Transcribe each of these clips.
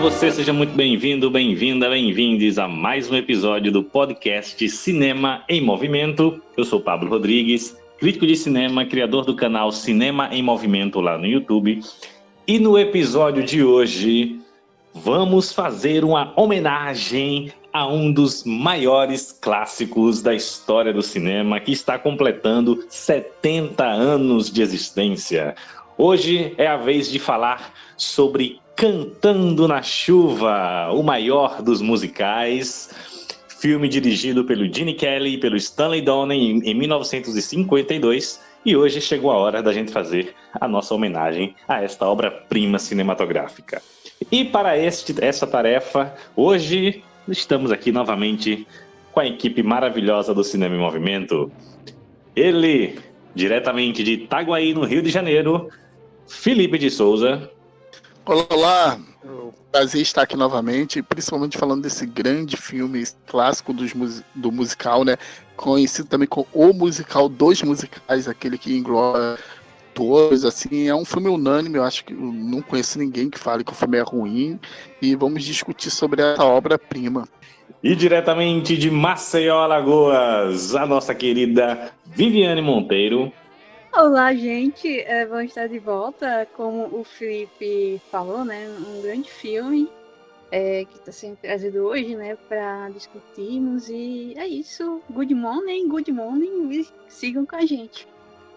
você, seja muito bem-vindo, bem-vinda, bem-vindes a mais um episódio do podcast Cinema em Movimento. Eu sou Pablo Rodrigues, crítico de cinema, criador do canal Cinema em Movimento lá no YouTube. E no episódio de hoje, vamos fazer uma homenagem a um dos maiores clássicos da história do cinema, que está completando 70 anos de existência. Hoje é a vez de falar sobre Cantando na Chuva, o maior dos musicais, filme dirigido pelo Gene Kelly e pelo Stanley Donen em 1952, e hoje chegou a hora da gente fazer a nossa homenagem a esta obra-prima cinematográfica. E para essa tarefa, hoje estamos aqui novamente com a equipe maravilhosa do Cinema em Movimento. Ele, diretamente de Itaguaí, no Rio de Janeiro, Felipe de Souza. Olá, prazer estar aqui novamente, principalmente falando desse grande filme clássico do musical, né? Conhecido também como o musical dos musicais, aquele que engloba todos, assim, é um filme unânime. Eu acho que eu não conheço ninguém que fale que o filme é ruim, e vamos discutir sobre essa obra-prima. E diretamente de Maceió, Alagoas, a nossa querida Viviane Monteiro. Olá, gente, vamos estar de volta, como o Felipe falou, né, um grande filme que está sendo trazido hoje, né, para discutirmos, e é isso, good morning, e sigam com a gente.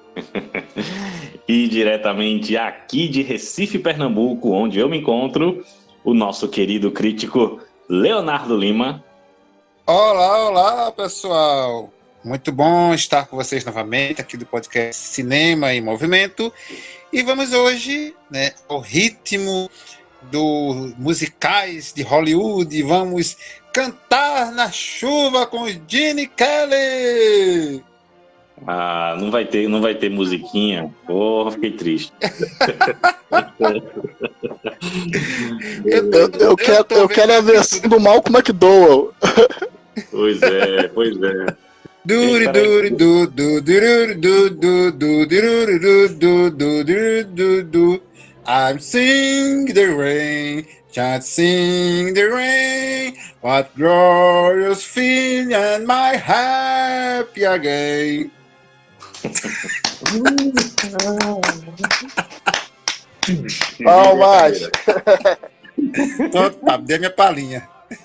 E diretamente aqui de Recife, Pernambuco, onde eu me encontro, o nosso querido crítico Leonardo Lima. Olá, pessoal! Muito bom estar com vocês novamente aqui do podcast Cinema em Movimento. E vamos hoje, né, ao ritmo dos musicais de Hollywood, vamos cantar na chuva com Gene Kelly! Ah, não vai ter musiquinha? Porra, fiquei triste. Eu quero a versão do Malcolm McDowell. Pois é. I'm sing the rain, can't sing the rain, what glorious feeling and my happy again. Palmas! Tá, dei minha palhinha.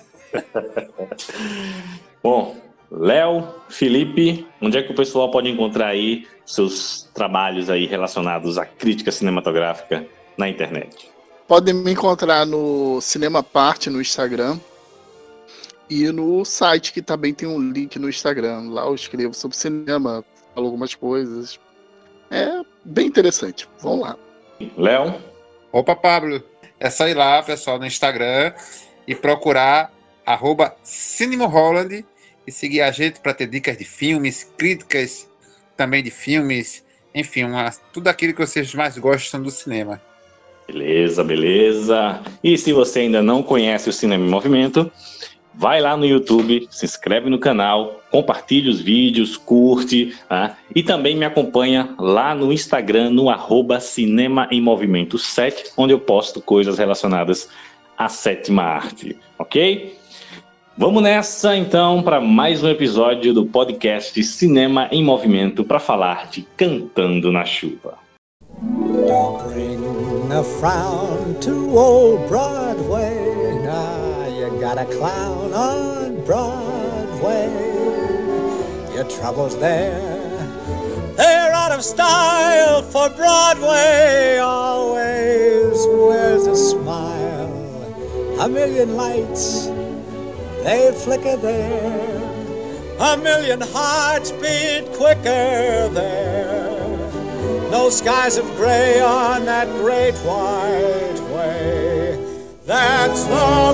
Bom, Léo, Felipe, onde é que o pessoal pode encontrar aí seus trabalhos aí relacionados à crítica cinematográfica na internet? Podem me encontrar no Cinema Parte no Instagram e no site, que também tem um link no Instagram. Lá eu escrevo sobre cinema, falo algumas coisas. É bem interessante. Vamos lá. Léo? Opa, Pablo. É só ir lá, pessoal, no Instagram e procurar @CinemaHolland e seguir a gente para ter dicas de filmes, críticas também de filmes, enfim, tudo aquilo que vocês mais gostam do cinema. Beleza. E se você ainda não conhece o Cinema em Movimento, vai lá no YouTube, se inscreve no canal, compartilha os vídeos, curte, tá? E também me acompanha lá no Instagram, no @Cinema em Movimento 7, onde eu posto coisas relacionadas à sétima arte, ok? Vamos nessa, então, para mais um episódio do podcast Cinema em Movimento para falar de Cantando na Chuva. Don't bring a frown to old Broadway. Now you got a clown on Broadway. Your troubles there, they're out of style, for Broadway always wears a smile. A million lights, they flicker there. A million hearts beat quicker there. No skies of gray on that great white way. That's the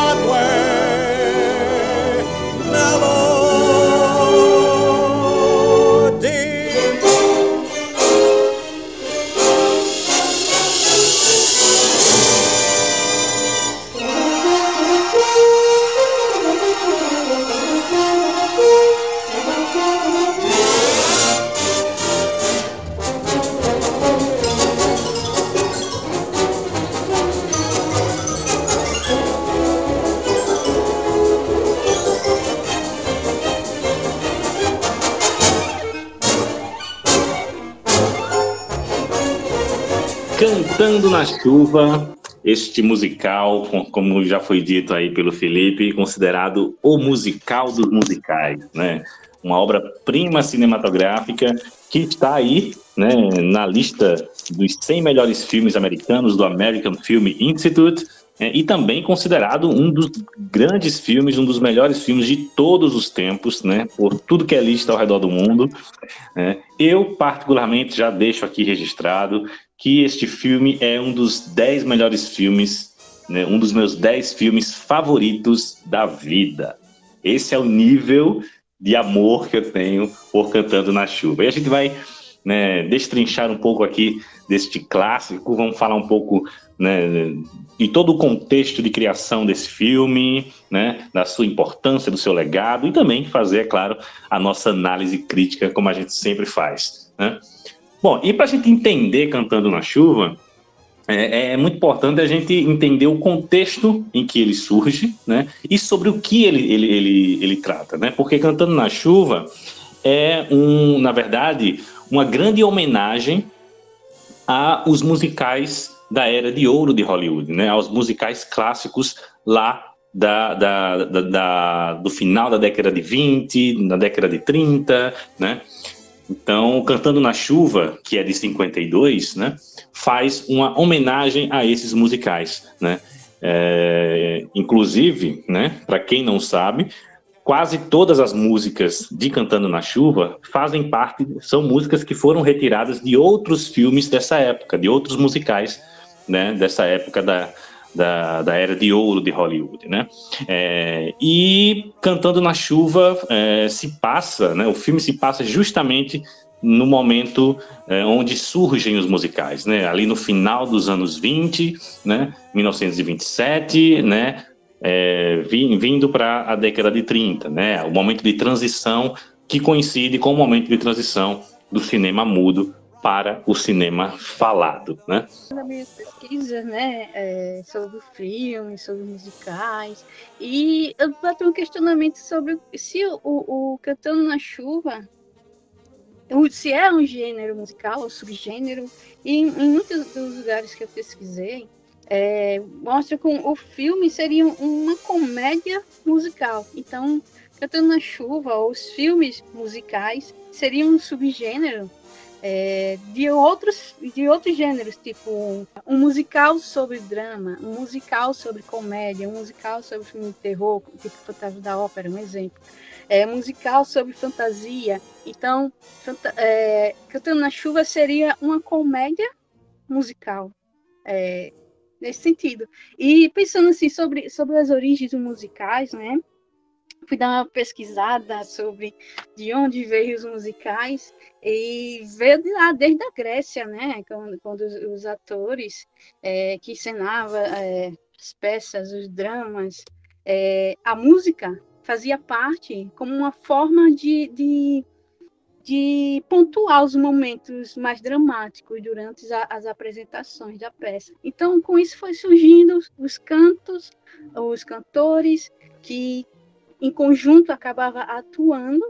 Broadway melody. Cantando na Chuva, este musical, como já foi dito aí pelo Felipe, considerado o musical dos musicais, né? Uma obra-prima cinematográfica que está aí, né, na lista dos 100 melhores filmes americanos do American Film Institute, e também considerado um dos grandes filmes, um dos melhores filmes de todos os tempos, né, por tudo que é lista ao redor do mundo. Eu, particularmente, já deixo aqui registrado que este filme é um dos 10 melhores filmes, né, um dos meus 10 filmes favoritos da vida. Esse é o nível de amor que eu tenho por Cantando na Chuva. E a gente vai, né, destrinchar um pouco aqui deste clássico, vamos falar um pouco, né, de todo o contexto de criação desse filme, né, da sua importância, do seu legado, e também fazer, é claro, a nossa análise crítica, como a gente sempre faz, né? Bom, e para a gente entender Cantando na Chuva, é muito importante a gente entender o contexto em que ele surge, né, e sobre o que ele trata, né? Porque Cantando na Chuva é, na verdade, uma grande homenagem aos musicais da era de ouro de Hollywood, né? Aos musicais clássicos lá do final da década de 20, na década de 30, né? Então, Cantando na Chuva, que é de 52, né, faz uma homenagem a esses musicais, né? Inclusive, né, para quem não sabe, quase todas as músicas de Cantando na Chuva fazem parte, são músicas que foram retiradas de outros filmes dessa época, de outros musicais, né, dessa época da era de ouro de Hollywood, né? E Cantando na Chuva se passa, né, o filme se passa justamente no momento onde surgem os musicais, né? Ali no final dos anos 20, né, 1927, né, vindo para a década de 30, né, o momento de transição que coincide com o momento de transição do cinema mudo para o cinema falado, né? Nas minhas pesquisas, né, sobre o filme, sobre musicais, e eu bati um questionamento sobre se o Cantando na Chuva, se é um gênero musical ou subgênero, e em muitos dos lugares que eu pesquisei, mostra que o filme seria uma comédia musical. Então, Cantando na Chuva, ou os filmes musicais, seriam um subgênero de outros gêneros, tipo um musical sobre drama, um musical sobre comédia, um musical sobre filme de terror, tipo Fantasma da Ópera, um exemplo. Musical sobre fantasia. Então, Cantando na Chuva seria uma comédia musical, nesse sentido. E pensando assim sobre as origens dos musicais, né? Fui dar uma pesquisada sobre de onde veio os musicais, e veio de lá, desde a Grécia, né? Quando os atores que encenavam as peças, os dramas, a música fazia parte como uma forma de pontuar os momentos mais dramáticos durante as apresentações da peça. Então, com isso foi surgindo os cantos, os cantores que em conjunto acabava atuando,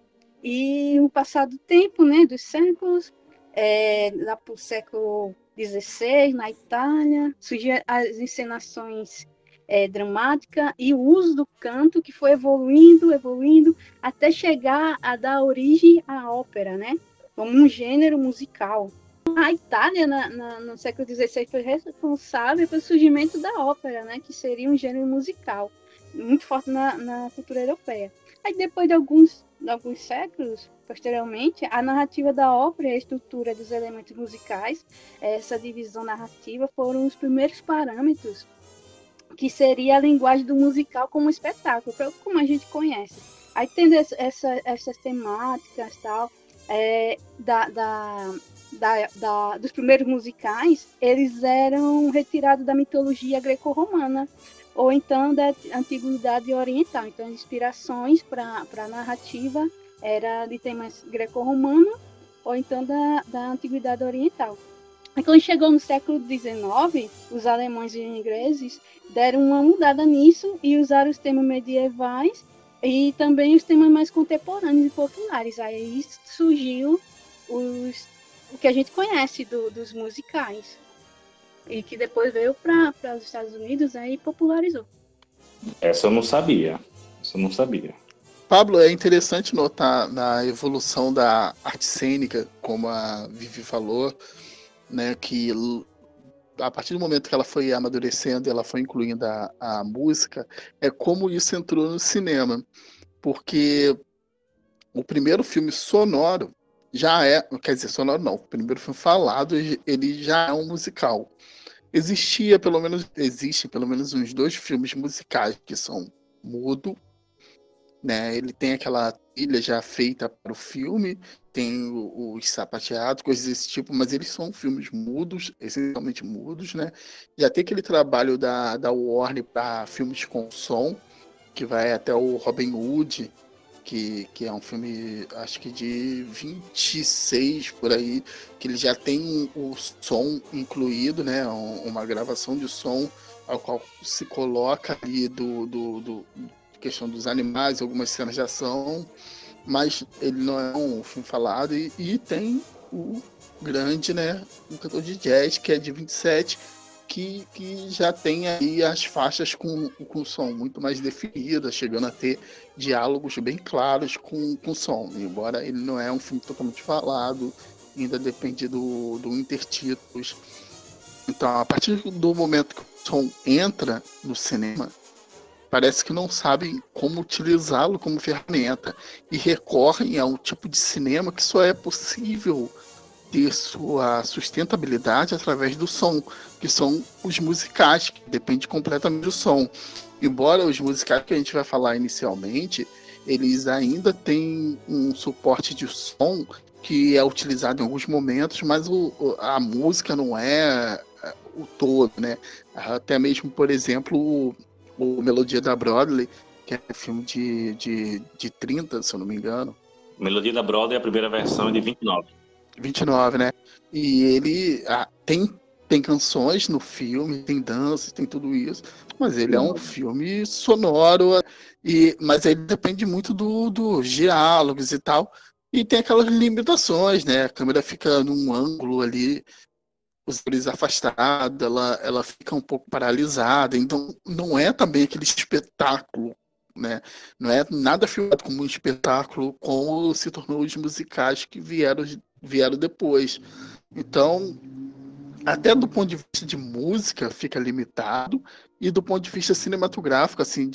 e o passar do tempo, né, dos séculos, lá para o século XVI, na Itália, surgiam as encenações dramáticas e o uso do canto, que foi evoluindo, até chegar a dar origem à ópera, né, como um gênero musical. A Itália, no século XVI, foi responsável pelo surgimento da ópera, né, que seria um gênero musical muito forte na cultura europeia. Aí, depois de alguns séculos, posteriormente, a narrativa da ópera e a estrutura dos elementos musicais, essa divisão narrativa, foram os primeiros parâmetros que seria a linguagem do musical como espetáculo, como a gente conhece. Aí, tendo essas temáticas, tal, dos primeiros musicais, eles eram retirados da mitologia greco-romana, ou então da antiguidade oriental. Então, as inspirações para a narrativa era de temas greco-romanos, ou então da antiguidade oriental. E quando chegou no século XIX, os alemães e ingleses deram uma mudada nisso e usaram os temas medievais e também os temas mais contemporâneos e populares. Aí surgiu o que a gente conhece dos musicais. e que depois veio para os Estados Unidos, aí popularizou. Essa eu não sabia. Pablo, é interessante notar na evolução da arte cênica, como a Vivi falou, né, que a partir do momento que ela foi amadurecendo, ela foi incluindo a música, é como isso entrou no cinema. Porque o primeiro filme sonoro sonoro não, o primeiro filme falado, ele já é um musical. Existe pelo menos uns 2 filmes musicais que são mudo, né? Ele tem aquela trilha já feita para o filme, tem os sapateados, coisas desse tipo, mas eles são filmes mudos, essencialmente mudos, né? Já tem aquele trabalho da Warner para filmes com som, que vai até o Robin Hood, que é um filme, acho que de 26 por aí, que ele já tem o som incluído, né? Uma gravação de som ao qual se coloca ali do questão dos animais, algumas cenas de ação, mas ele não é um filme falado, e tem o grande, né, um cantor de jazz, que é de 27, que já tem aí as faixas com som muito mais definidas, chegando a ter diálogos bem claros com som, embora ele não é um filme totalmente falado, ainda depende do intertítulos. Então, a partir do momento que o som entra no cinema, parece que não sabem como utilizá-lo como ferramenta e recorrem a um tipo de cinema que só é possível ter sua sustentabilidade através do som, que são os musicais, que depende completamente do som. Embora os musicais que a gente vai falar inicialmente, eles ainda têm um suporte de som que é utilizado em alguns momentos, mas a música não é o todo, né? Até mesmo, por exemplo, o Melodia da Broadway, que é um filme de 30, se eu não me engano. Melodia da Broadway, a primeira versão é de 29, né? E ele tem canções no filme, tem dança, tem tudo isso, mas ele é um filme sonoro, mas ele depende muito dos diálogos e tal, e tem aquelas limitações, né? A câmera fica num ângulo ali, os olhos afastados, ela fica um pouco paralisada, então não é também aquele espetáculo, né? Não é nada filmado como um espetáculo, como se tornou os musicais que vieram depois. Então, até do ponto de vista de música, fica limitado, e do ponto de vista cinematográfico, assim,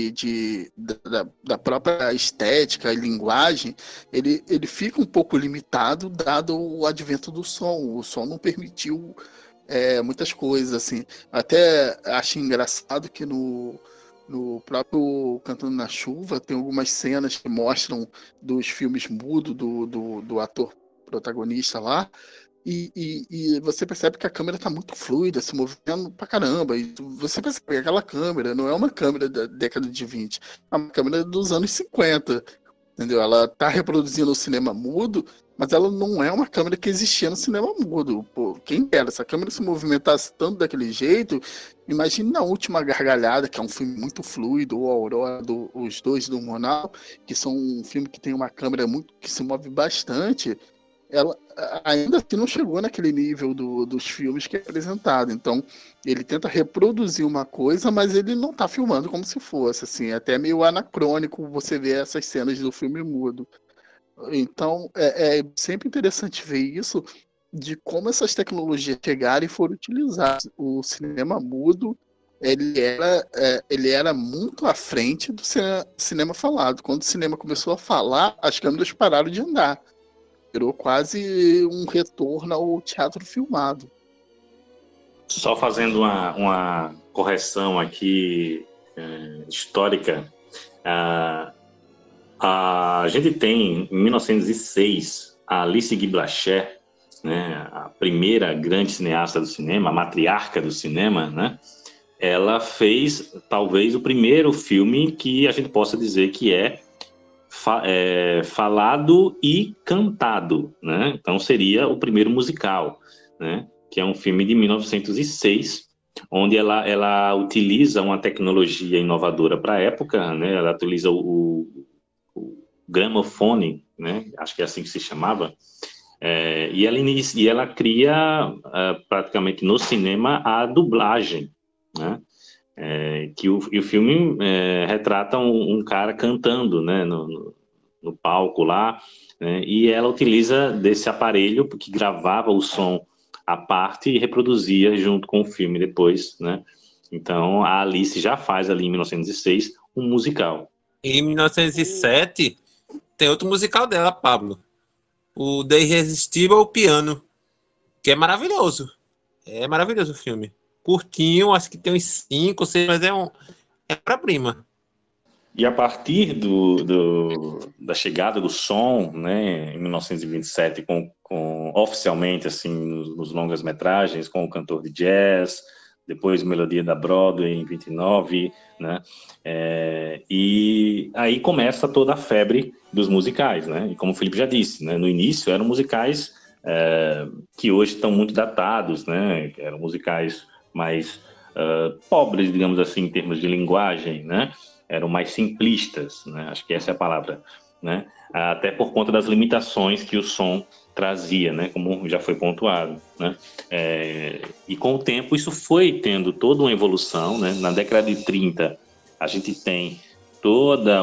da própria estética e linguagem, ele fica um pouco limitado, dado o advento do som. O som não permitiu muitas coisas, assim. Até acho engraçado que no próprio Cantando na Chuva tem algumas cenas que mostram dos filmes mudos do ator protagonista lá, e você percebe que a câmera tá muito fluida, se movendo pra caramba, e você percebe que aquela câmera não é uma câmera da década de 20, é uma câmera dos anos 50, entendeu? Ela tá reproduzindo o cinema mudo, mas ela não é uma câmera que existia no cinema mudo. Pô, quem dera, se a câmera se movimentasse tanto daquele jeito, imagine Na Última Gargalhada, que é um filme muito fluido, ou Aurora, os dois do Monal, que são um filme que tem uma câmera que se move bastante. Ela ainda assim não chegou naquele nível dos filmes que é apresentado. Então, ele tenta reproduzir uma coisa, mas ele não tá filmando como se fosse, assim, é até meio anacrônico você ver essas cenas do filme mudo. Então, é sempre interessante ver isso, de como essas tecnologias chegaram e foram utilizadas. O cinema mudo, ele era muito à frente do cinema falado. Quando o cinema começou a falar, as câmeras pararam de andar. Virou quase um retorno ao teatro filmado. Só fazendo uma correção aqui histórica, a gente tem, em 1906, a Alice Guy Blaché, né, a primeira grande cineasta do cinema, a matriarca do cinema, né, ela fez talvez o primeiro filme que a gente possa dizer que é falado e cantado, né? Então seria o primeiro musical, né? Que é um filme de 1906, onde ela utiliza uma tecnologia inovadora para a época, né? Ela utiliza o gramofone, né? Acho que é assim que se chamava, E ela cria praticamente no cinema a dublagem, né? E o filme retrata um cara cantando, né, no palco lá, né, e ela utiliza desse aparelho que gravava o som à parte e reproduzia junto com o filme depois, né? Então a Alice já faz ali em 1906 um musical. Em 1907 tem outro musical dela, Pablo, o The Irresistible Piano, que é maravilhoso. É maravilhoso o filme. Curtinho, acho que tem uns 5 ou 6, mas é obra-prima. E a partir da chegada do som, né, em 1927, oficialmente assim nos longas-metragens, com o cantor de jazz, depois Melodia da Broadway em 29, né, e aí começa toda a febre dos musicais, né, e como o Felipe já disse, né, no início eram musicais que hoje estão muito datados, né, eram musicais mais pobres, digamos assim, em termos de linguagem, né, eram mais simplistas, né, acho que essa é a palavra, né, até por conta das limitações que o som trazia, né, como já foi pontuado, né, e com o tempo isso foi tendo toda uma evolução, né, na década de 30 a gente tem toda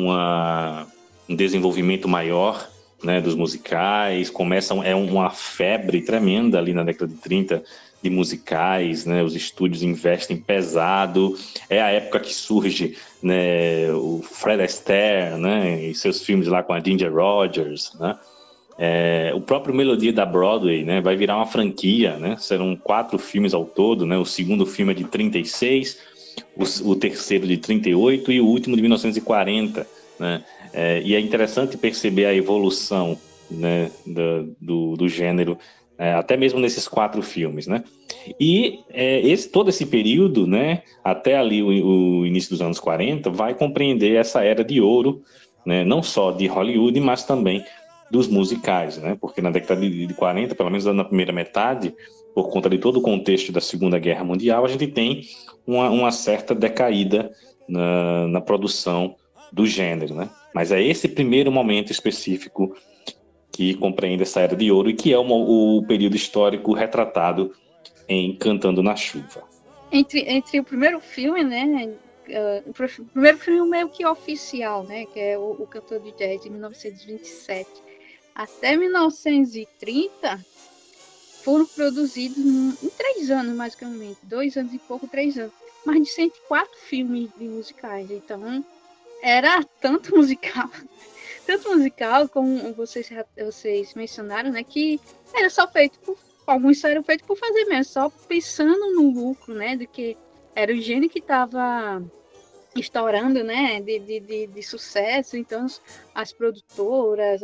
um desenvolvimento maior, né, dos musicais, uma febre tremenda ali na década de 30 de musicais, né, os estúdios investem pesado, é a época que surge, né, o Fred Astaire, né, e seus filmes lá com a Ginger Rogers, né, o próprio Melodia da Broadway, né, vai virar uma franquia, né, serão 4 filmes ao todo, né, o segundo filme é de 36, o terceiro de 38 e o último de 1940, né, e é interessante perceber a evolução, né, do gênero, até mesmo nesses 4 filmes, né? E todo esse período, né, até ali o início dos anos 40, vai compreender essa era de ouro, né, não só de Hollywood, mas também dos musicais, né? Porque na década de 40, pelo menos na primeira metade, por conta de todo o contexto da Segunda Guerra Mundial, a gente tem uma certa decaída na produção do gênero, né? Mas é esse primeiro momento específico que compreende essa era de ouro e que é o período histórico retratado em Cantando na Chuva. Entre o primeiro filme, né, o primeiro filme meio que oficial, né, que é o Cantor de Jazz, de 1927, até 1930, foram produzidos em 3 anos, basicamente, 2 anos e pouco, 3 anos, mais de 104 filmes de musicais. Então, era tanto musical como vocês mencionaram, né, que era só feito alguns eram feitos por fazer mesmo, só pensando no lucro, né, de que era o gênero que estava estourando, né, de sucesso. Então as produtoras,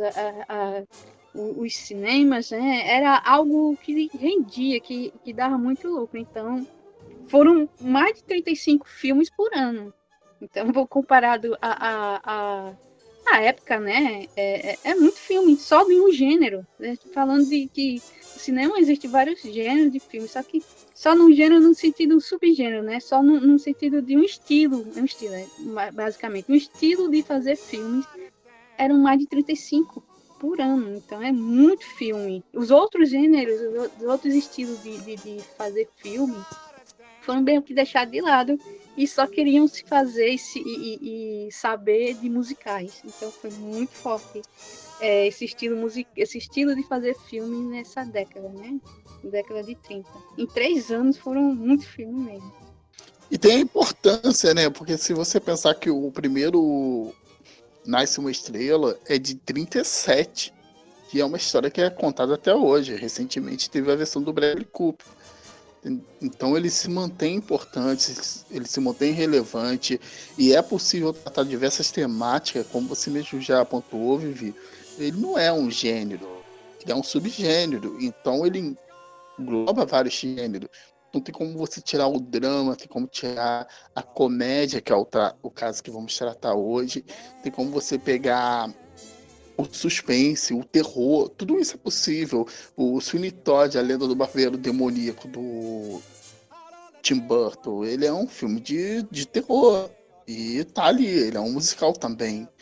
os cinemas, né, era algo que rendia, que dava muito lucro. Então foram mais de 35 filmes por ano. Então, comparado à época, né, é muito filme, só de um gênero. Né? Falando de que no cinema existe vários gêneros de filmes, só que só num gênero, no sentido subgênero, né? Só no sentido de um estilo, basicamente. Um estilo de fazer filmes eram mais de 35 por ano. Então, é muito filme. Os outros gêneros, os outros estilos de fazer filme foram bem que deixados de lado e só queriam se fazer e saber de musicais. Então foi muito forte esse estilo de fazer filme nessa década, né? Década de 30. Em 3 anos foram muito filmes mesmo. E tem a importância, né? Porque se você pensar que o primeiro Nasce uma Estrela é de 37, que é uma história que é contada até hoje. Recentemente teve a versão do Bradley Cooper. Então ele se mantém importante, ele se mantém relevante, e é possível tratar diversas temáticas, como você mesmo já apontou, Vivi. Ele não é um gênero, ele é um subgênero, então ele engloba vários gêneros. Não tem como você tirar o drama, tem como tirar a comédia, que é o caso que vamos tratar hoje, tem como você pegar o suspense, o terror, tudo isso é possível. O Sweeney Todd, a Lenda do Barbeiro Demoníaco, do Tim Burton, ele é um filme de terror. E tá ali, ele é um musical também.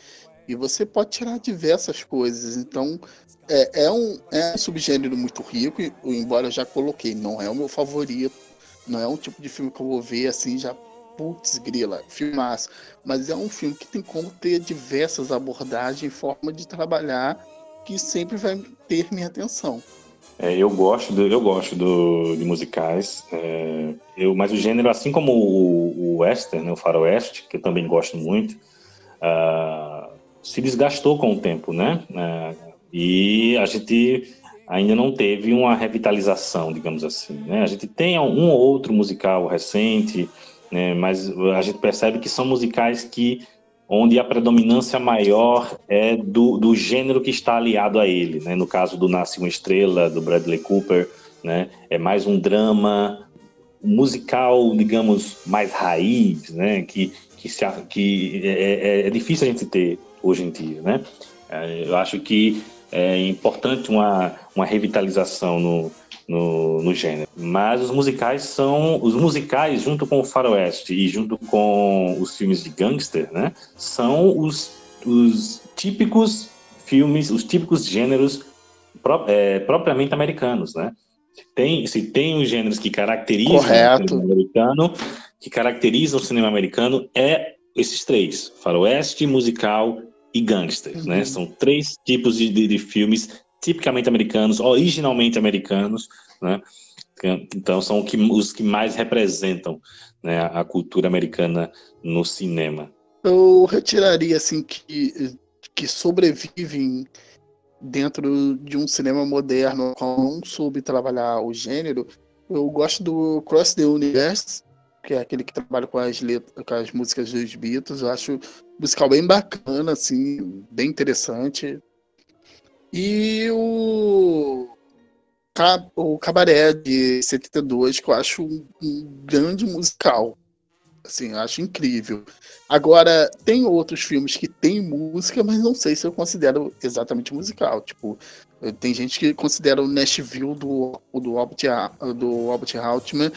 E você pode tirar diversas coisas. Então, é um subgênero muito rico, embora eu já coloquei, não é o meu favorito, não é um tipo de filme que eu vou ver assim, já, putz, grila, filmaço. Mas é um filme que tem como ter diversas abordagens, forma de trabalhar, que sempre vai ter minha atenção. Eu gosto de musicais, mas o gênero, assim como o western, né, o faroeste, que eu também gosto muito, se desgastou com o tempo, né? E a gente ainda não teve uma revitalização, digamos assim, né? A gente tem um ou outro musical recente, né, mas a gente percebe que são musicais onde a predominância maior é do gênero que está aliado a ele, né? No caso do Nasce uma Estrela, do Bradley Cooper, né? É mais um drama musical, digamos, mais raiz, né? Que é difícil a gente ter hoje em dia, né? Eu acho que é importante uma revitalização no gênero. Mas os musicais junto com o faroeste e junto com os filmes de gangster, né, são os típicos filmes, os típicos gêneros propriamente americanos, né? Se tem os gêneros que caracterizam o cinema americano, esses três: faroeste, musical e gangster, né? São três tipos de filmes tipicamente americanos, originalmente americanos, né? Então são os que mais representam, né, a cultura americana no cinema. Eu retiraria assim que sobrevivem dentro de um cinema moderno qual não soube trabalhar o gênero. Eu gosto do Cross the Universe, que é aquele que trabalha com as músicas dos Beatles. Eu acho musical bem bacana, assim, bem interessante. E o Cabaré de 72, que eu acho um grande musical. Assim, eu acho incrível. Agora, tem outros filmes que tem música, mas não sei se eu considero exatamente musical. Tipo, tem gente que considera o Nashville do Albert Hauptmann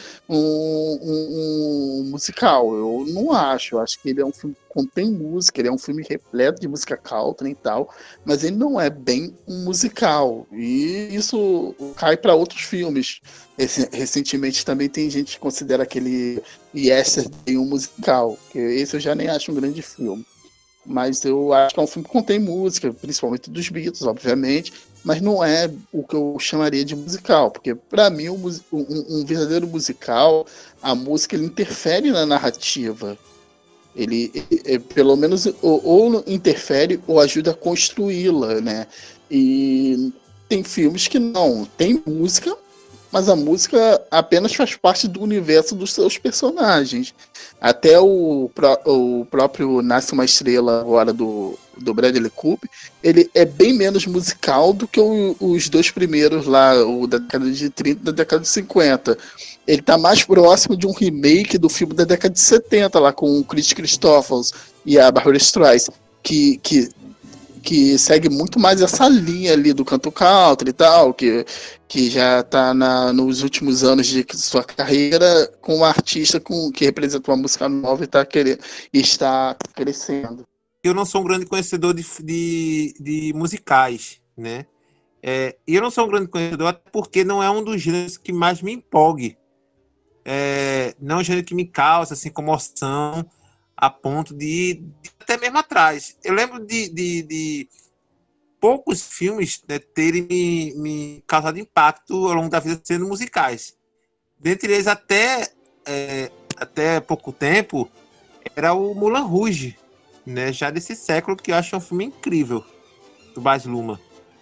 um musical. Eu não acho. Eu acho que ele é um filme que contém música, ele é um filme repleto de música country e tal, mas ele não é bem um musical. E isso cai para outros filmes. Recentemente também tem gente que considera aquele Yesterday um musical, que esse eu já nem acho um grande filme. Mas eu acho que é um filme que contém música, principalmente dos Beatles, obviamente, mas não é o que eu chamaria de musical, porque para mim um verdadeiro musical, a música ele interfere na narrativa. Ele pelo menos ou interfere ou ajuda a construí-la, né? E tem filmes que não, tem música, mas a música apenas faz parte do universo dos seus personagens. Até o próprio Nasce uma Estrela agora do Bradley Cooper, ele é bem menos musical do que os dois primeiros lá, o da década de 30 e da década de 50. Ele tá mais próximo de um remake do filme da década de 70, lá com o Kris Kristofferson e a Barbra Streisand, que segue muito mais essa linha ali do canto country e tal, que já está nos últimos anos de sua carreira com um artista que representa uma música nova e está crescendo. Eu não sou um grande conhecedor de musicais, né? E eu não sou um grande conhecedor até porque não é um dos gêneros que mais me empolgue. Não é um gênero que me causa assim, comoção a ponto de até mesmo atrás. Eu lembro de poucos filmes, né, terem me causado impacto ao longo da vida sendo musicais. Dentre eles, até pouco tempo, era o Moulin Rouge, né, já desse século, que eu acho um filme incrível, do Baz Luhrmann.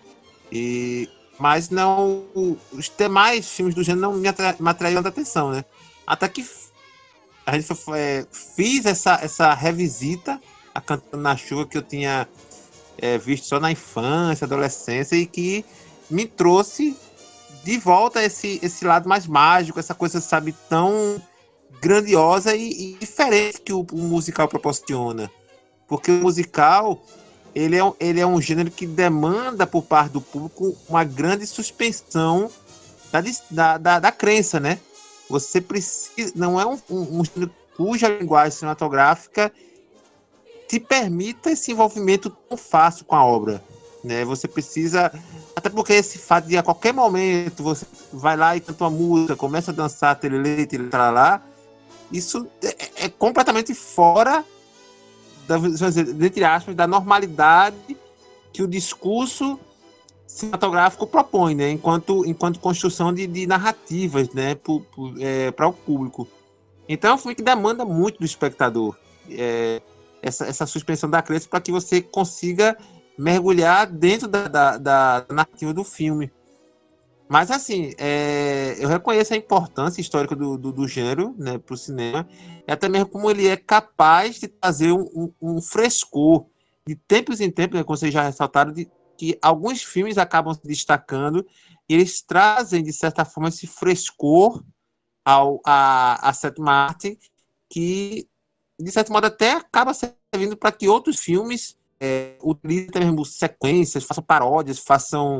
Mas não, os demais filmes do gênero não me atraíram tanta atenção, né? Até que a gente fiz essa revisita a Cantando na Chuva, que eu tinha visto só na infância, adolescência, e que me trouxe de volta esse lado mais mágico, essa coisa, sabe, tão grandiosa e diferente que o musical proporciona. Porque o musical, ele é um gênero que demanda por parte do público uma grande suspensão da crença, né? Você precisa, não é um gênero cuja linguagem cinematográfica te permita esse envolvimento tão fácil com a obra, né? Você precisa, até porque esse fato de a qualquer momento você vai lá e canta uma música, começa a dançar, terelê, lá, isso é completamente fora vamos dizer, entre aspas, da normalidade que o discurso cinematográfico propõe, né? Enquanto construção de narrativas, né? Para o público. Então é um filme que demanda muito do espectador. Essa suspensão da crença para que você consiga mergulhar dentro da narrativa do filme. Mas, assim, eu reconheço a importância histórica do gênero, né, para o cinema, e até mesmo como ele é capaz de trazer um frescor. De tempos em tempos, né, como vocês já ressaltaram, que alguns filmes acabam se destacando e eles trazem, de certa forma, esse frescor à sétima arte, que, de certo modo, até acaba servindo para que outros filmes utilizem até mesmo sequências, façam paródias, façam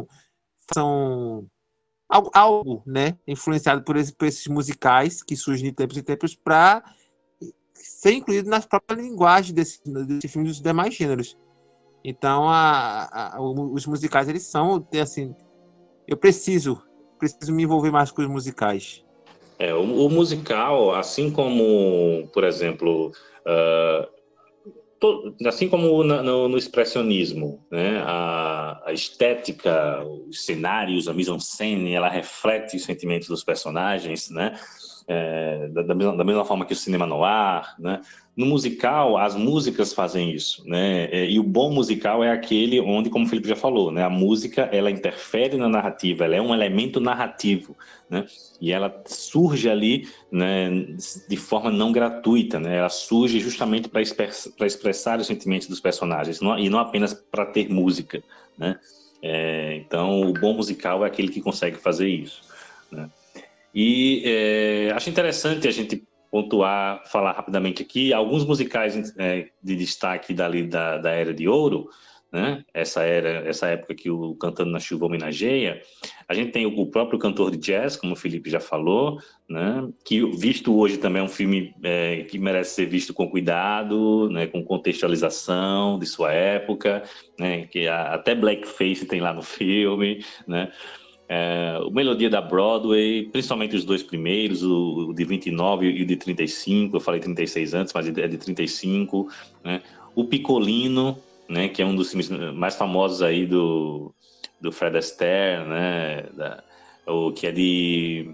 algo, né, influenciado por esses musicais que surgem de tempos em tempos para ser incluído nas próprias linguagens desse filme dos demais gêneros. Então, os musicais, eles são, assim, eu preciso me envolver mais com os musicais. O musical, assim como, por exemplo, assim como no expressionismo, né, a estética, os cenários, a mise-en-scène, ela reflete os sentimentos dos personagens, né, da mesma forma que o cinema noir, né. No musical, as músicas fazem isso, né, e o bom musical é aquele onde, como o Felipe já falou, né, a música, ela interfere na narrativa, ela é um elemento narrativo, né, e ela surge ali, né, de forma não gratuita, né, ela surge justamente para expressar os sentimentos dos personagens, e não apenas para ter música, né. Então, o bom musical é aquele que consegue fazer isso, né. E acho interessante a gente pontuar, falar rapidamente aqui, alguns musicais de destaque da Era de Ouro, né? Essa época que o Cantando na Chuva homenageia. A gente tem o próprio cantor de jazz, como o Felipe já falou, né? Que visto hoje também é um filme que merece ser visto com cuidado, né? Com contextualização de sua época, né? Que até blackface tem lá no filme, né? O Melodia da Broadway, principalmente os dois primeiros, o de 29 e o de 35, eu falei 36 antes, mas é de 35, né? O Piccolino, né, que é um dos filmes mais famosos aí do Fred Astaire, né, que é de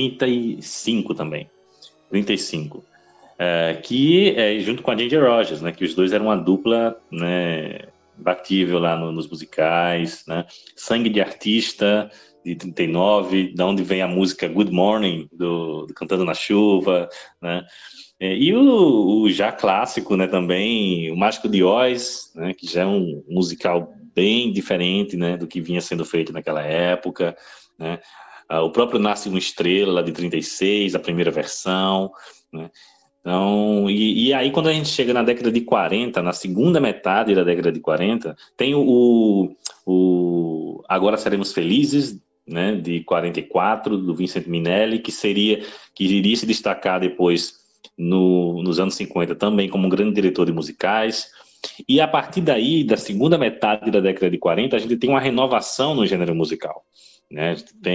35 também, 35, que é junto com a Ginger Rogers, né, que os dois eram uma dupla, né, batível lá nos musicais, né. Sangue de Artista, de 39, da onde vem a música Good Morning, do Cantando na Chuva, né. E o já clássico, né, também, o Mágico de Oz, né, que já é um musical bem diferente, né, do que vinha sendo feito naquela época, né. O próprio Nasce uma Estrela, lá de 36, a primeira versão, né. Então, e aí quando a gente chega na década de 40, na segunda metade da década de 40, tem o Agora Seremos Felizes, né, de 44, do Vincent Minnelli, que iria se destacar depois nos anos 50 também como um grande diretor de musicais. E a partir daí, da segunda metade da década de 40, a gente tem uma renovação no gênero musical, né?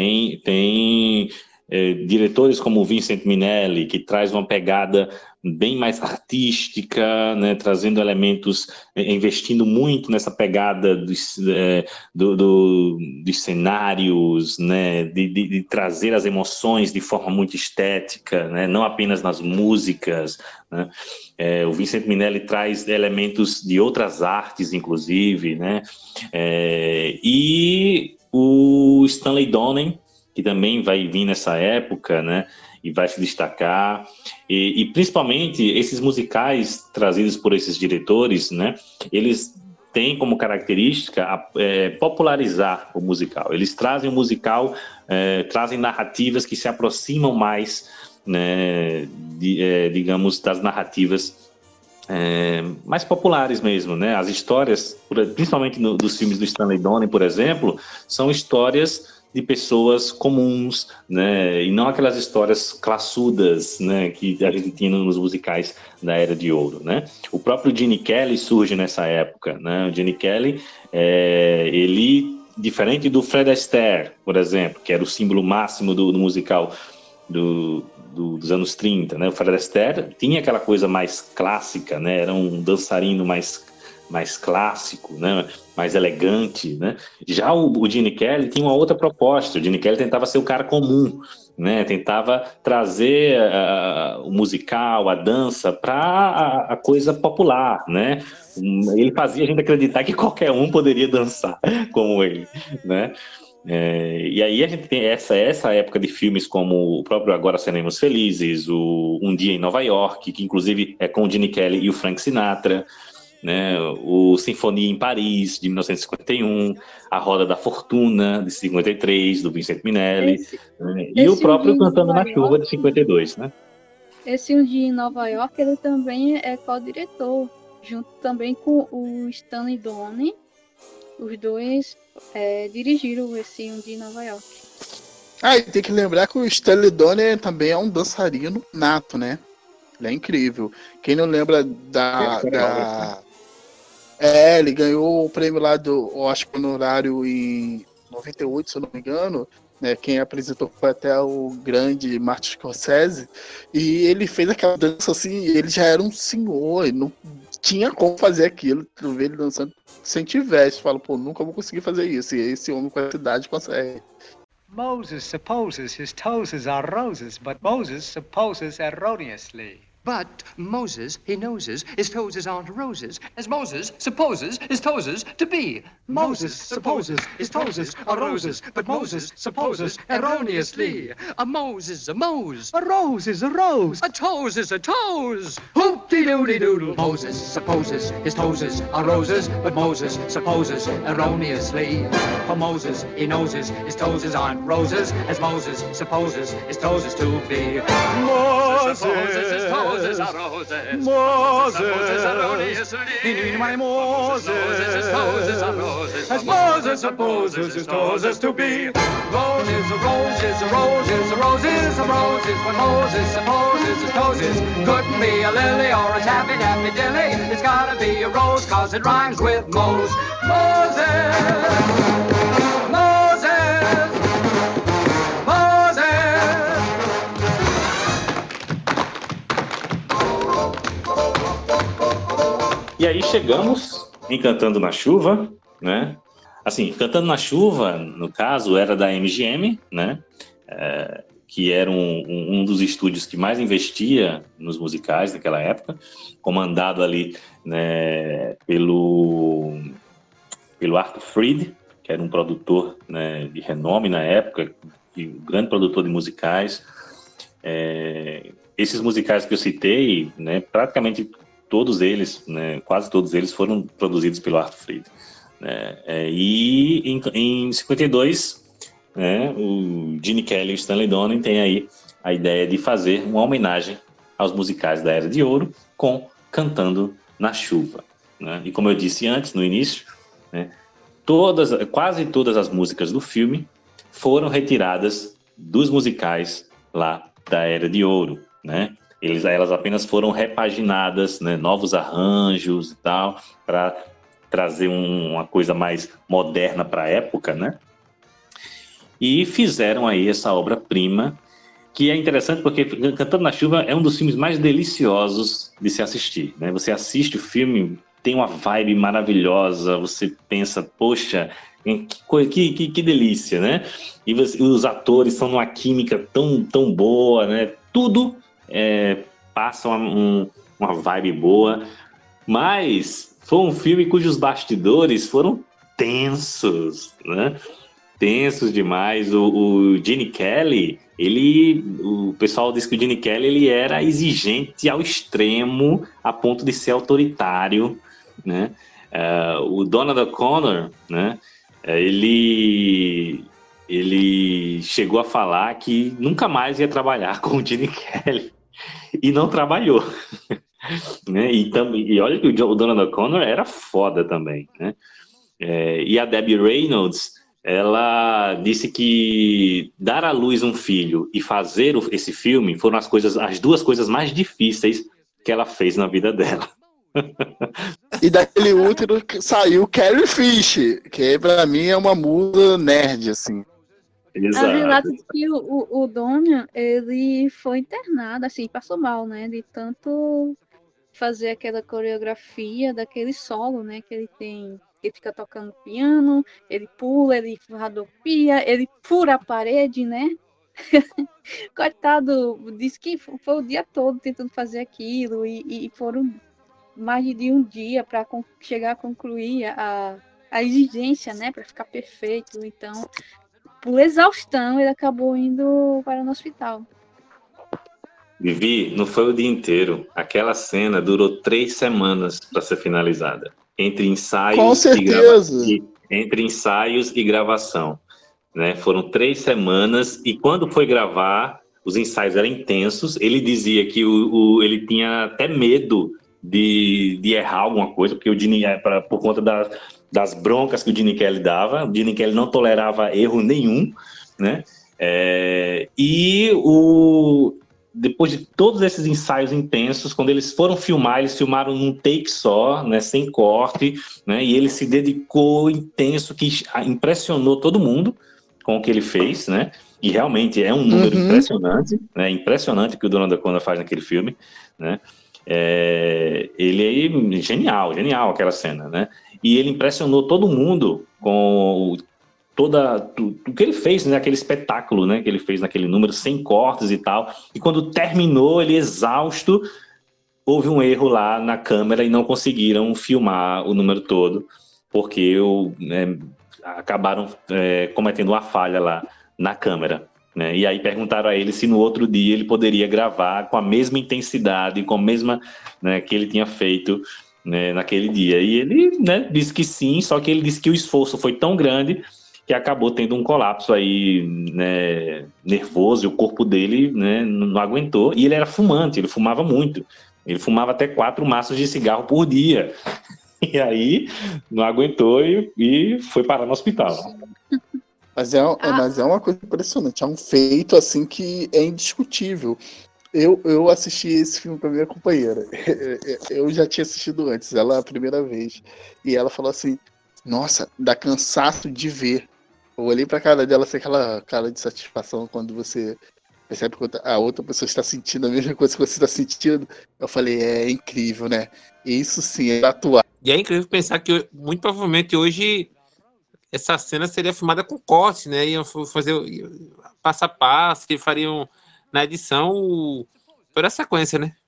Tem diretores como o Vincent Minnelli, que traz uma pegada bem mais artística, né, trazendo elementos, investindo muito nessa pegada dos cenários, né, de trazer as emoções de forma muito estética, né, não apenas nas músicas, né. O Vincent Minnelli traz elementos de outras artes, inclusive, né, e o Stanley Donen, que também vai vir nessa época, né, e vai se destacar, e principalmente esses musicais trazidos por esses diretores, né, eles têm como característica popularizar o musical. Eles trazem o musical, trazem narrativas que se aproximam mais, né, digamos, das narrativas mais populares mesmo, né? As histórias, principalmente dos filmes do Stanley Donen, por exemplo, são histórias de pessoas comuns, né? E não aquelas histórias classudas, né, que a gente tinha nos musicais da Era de Ouro, né? O próprio Gene Kelly surge nessa época, né? O Gene Kelly, ele, diferente do Fred Astaire, por exemplo, que era o símbolo máximo do musical dos anos 30, né? O Fred Astaire tinha aquela coisa mais clássica, né? Era um dançarino mais clássico, né? Mais elegante, né? Já o Gene Kelly tinha uma outra proposta. O Gene Kelly tentava ser o cara comum, né? Tentava trazer o musical, a dança para a coisa popular, né? Ele fazia a gente acreditar que qualquer um poderia dançar como ele, né? E aí a gente tem essa época de filmes como o próprio Agora Seremos Felizes, o Um Dia em Nova York, que inclusive é com o Gene Kelly e o Frank Sinatra, né? O Sinfonia em Paris, de 1951, A Roda da Fortuna, de 53, do Vincent Minnelli, né? E o próprio Cantando na Chuva, de 52, né? Esse Um Dia em Nova York, ele também é co-diretor, junto também com o Stanley Donen. Os dois dirigiram esse Um Dia em Nova York. E tem que lembrar que o Stanley Donen também é um dançarino nato, né? Ele é incrível. Quem não lembra ele ganhou o prêmio lá do Oscar honorário em 98, se eu não me engano, né? Quem apresentou foi até o grande Martin Scorsese, e ele fez aquela dança assim, ele já era um senhor, ele não tinha como fazer aquilo. Tu vê ele dançando sem tivesse, fala, pô, nunca vou conseguir fazer isso, e esse homem com essa idade consegue. Moses supposes his toes are roses, but Moses supposes erroneously. But Moses, he noses, his toes aren't roses, as Moses supposes his toes to be. Moses supposes his toes are roses, but Moses supposes erroneously. A Mose is a Mose. A rose is a rose. A toes is a toes. Hoop-de-doodle-doodle. Moses supposes his toes are roses, but Moses supposes erroneously. For Moses, he noses, his toes aren't roses, as Moses supposes his toes to be. Moses supposes his toes are roses. Moses supposes erroneously. Moses his toes are roses, as Moses supposes his toes to be. Rose is a rose is a rose is a rose is a rose is what Moses supposes his toes is. Couldn't be a lily or a tappy tappy dilly. It's gotta be a rose cause it rhymes with Mose. Moses! Moses! Moses! E aí chegamos em Cantando na Chuva, né? Assim, Cantando na Chuva, no caso, era da MGM, né? Que era um dos estúdios que mais investia nos musicais naquela época, comandado ali, né, pelo Arthur Freed, que era um produtor, né, de renome na época, um grande produtor de musicais. Esses musicais que eu citei, né, praticamente todos eles, né, quase todos eles foram produzidos pelo Arthur Freed. E em 52, né, o Gene Kelly e o Stanley Donen têm aí a ideia de fazer uma homenagem aos musicais da Era de Ouro com Cantando na Chuva, né? E como eu disse antes, no início, né, quase todas as músicas do filme foram retiradas dos musicais lá da Era de Ouro, né? Elas apenas foram repaginadas, né, novos arranjos e tal, para trazer uma coisa mais moderna para a época, né? E fizeram aí essa obra-prima, que é interessante porque Cantando na Chuva é um dos filmes mais deliciosos de se assistir, né? Você assiste o filme, tem uma vibe maravilhosa, você pensa, poxa, que delícia, né? E os atores estão numa química tão boa, né? Tudo passa uma vibe boa, mas foi um filme cujos bastidores foram tensos, né? Tensos demais. O Gene Kelly, o pessoal diz que o Gene Kelly ele era exigente ao extremo, a ponto de ser autoritário, né? O Donald O'Connor, né? Ele chegou a falar que nunca mais ia trabalhar com o Gene Kelly e não trabalhou. Né? E olha que o Donald O'Connor era foda também, né? E a Debbie Reynolds, ela disse que dar à luz um filho e fazer esse filme foram as duas coisas mais difíceis que ela fez na vida dela. E daquele útero saiu Carrie Fisher, que pra mim é uma musa nerd, assim. A relato de que o Donian, ele foi internado, assim, passou mal, né? De tanto fazer aquela coreografia daquele solo, né? Que ele tem, ele fica tocando piano, ele pula, ele rodopia, ele fura a parede, né? Coitado, disse que foi o dia todo tentando fazer aquilo e foram mais de um dia para chegar a concluir a exigência, né? Para ficar perfeito. Então, por exaustão, ele acabou indo para o hospital. Vivi, não foi o dia inteiro. Aquela cena durou 3 semanas para ser finalizada. Entre ensaios, com certeza. Entre ensaios e gravação. Né? Foram 3 semanas e quando foi gravar, os ensaios eram intensos. Ele dizia que ele tinha até medo de errar alguma coisa, porque o Gene, por conta das broncas que o Gene Kelly dava, o Gene Kelly não tolerava erro nenhum, né? Depois de todos esses ensaios intensos, quando eles foram filmar, eles filmaram num take só, né, sem corte, né, e ele se dedicou intenso, que impressionou todo mundo com o que ele fez, né, e realmente é um número impressionante, né, impressionante que o Donald O'Connor faz naquele filme, né, ele é genial aquela cena, né, e ele impressionou todo mundo com o que ele fez, né, aquele espetáculo, né, que ele fez naquele número, sem cortes e tal, e quando terminou, ele exausto, houve um erro lá na câmera e não conseguiram filmar o número todo, porque acabaram cometendo uma falha lá na câmera, né, e aí perguntaram a ele se no outro dia ele poderia gravar com a mesma intensidade, com a mesma, né, que ele tinha feito, né, naquele dia, e ele, né, disse que sim, só que ele disse que o esforço foi tão grande que acabou tendo um colapso aí, né, nervoso, e o corpo dele, né, não aguentou, e ele era fumante, ele fumava muito, ele fumava até 4 maços de cigarro por dia, e aí não aguentou e foi parar no hospital. Mas é uma coisa impressionante, é um feito assim que é indiscutível. Eu assisti esse filme com a minha companheira, eu já tinha assistido antes, ela a primeira vez, e ela falou assim, nossa, dá cansaço de ver. Eu olhei pra cara dela, assim, aquela cara de satisfação quando você percebe que a outra pessoa está sentindo a mesma coisa que você está sentindo. Eu falei, é incrível, né? Isso sim, é atuar. E é incrível pensar que, muito provavelmente, hoje, essa cena seria filmada com corte, né? Iam fazer passo a passo, e fariam na edição toda a sequência, né?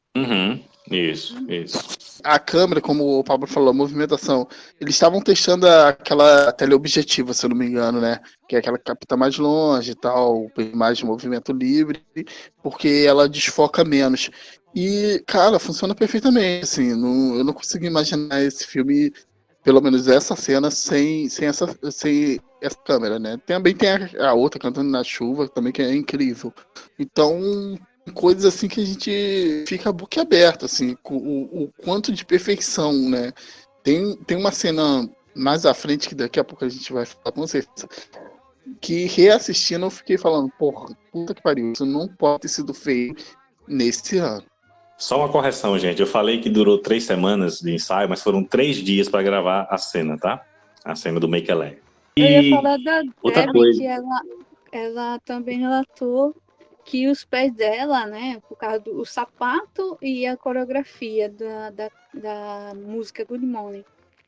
Isso. A câmera, como o Pablo falou, a movimentação, eles estavam testando aquela teleobjetiva, se eu não me engano, né? Que é aquela que capta mais longe e tal, mais de movimento livre, porque ela desfoca menos. E, cara, funciona perfeitamente, assim, eu não consigo imaginar esse filme, pelo menos essa cena, sem essa câmera, né? Também tem a outra cantando na chuva, também que é incrível. Então, coisas assim que a gente fica boquiaberto, assim, com o quanto de perfeição, né? Tem uma cena mais à frente, que daqui a pouco a gente vai falar com certeza, que reassistindo eu fiquei falando, porra, puta que pariu, isso não pode ter sido feito nesse ano. Só uma correção, gente, eu falei que durou 3 semanas de ensaio, mas foram 3 dias para gravar a cena, tá? A cena do Make a Leg. Eu ia falar da outra Debbie, coisa, que ela também relatou que os pés dela, né, por causa do sapato e a coreografia da música Good Morning,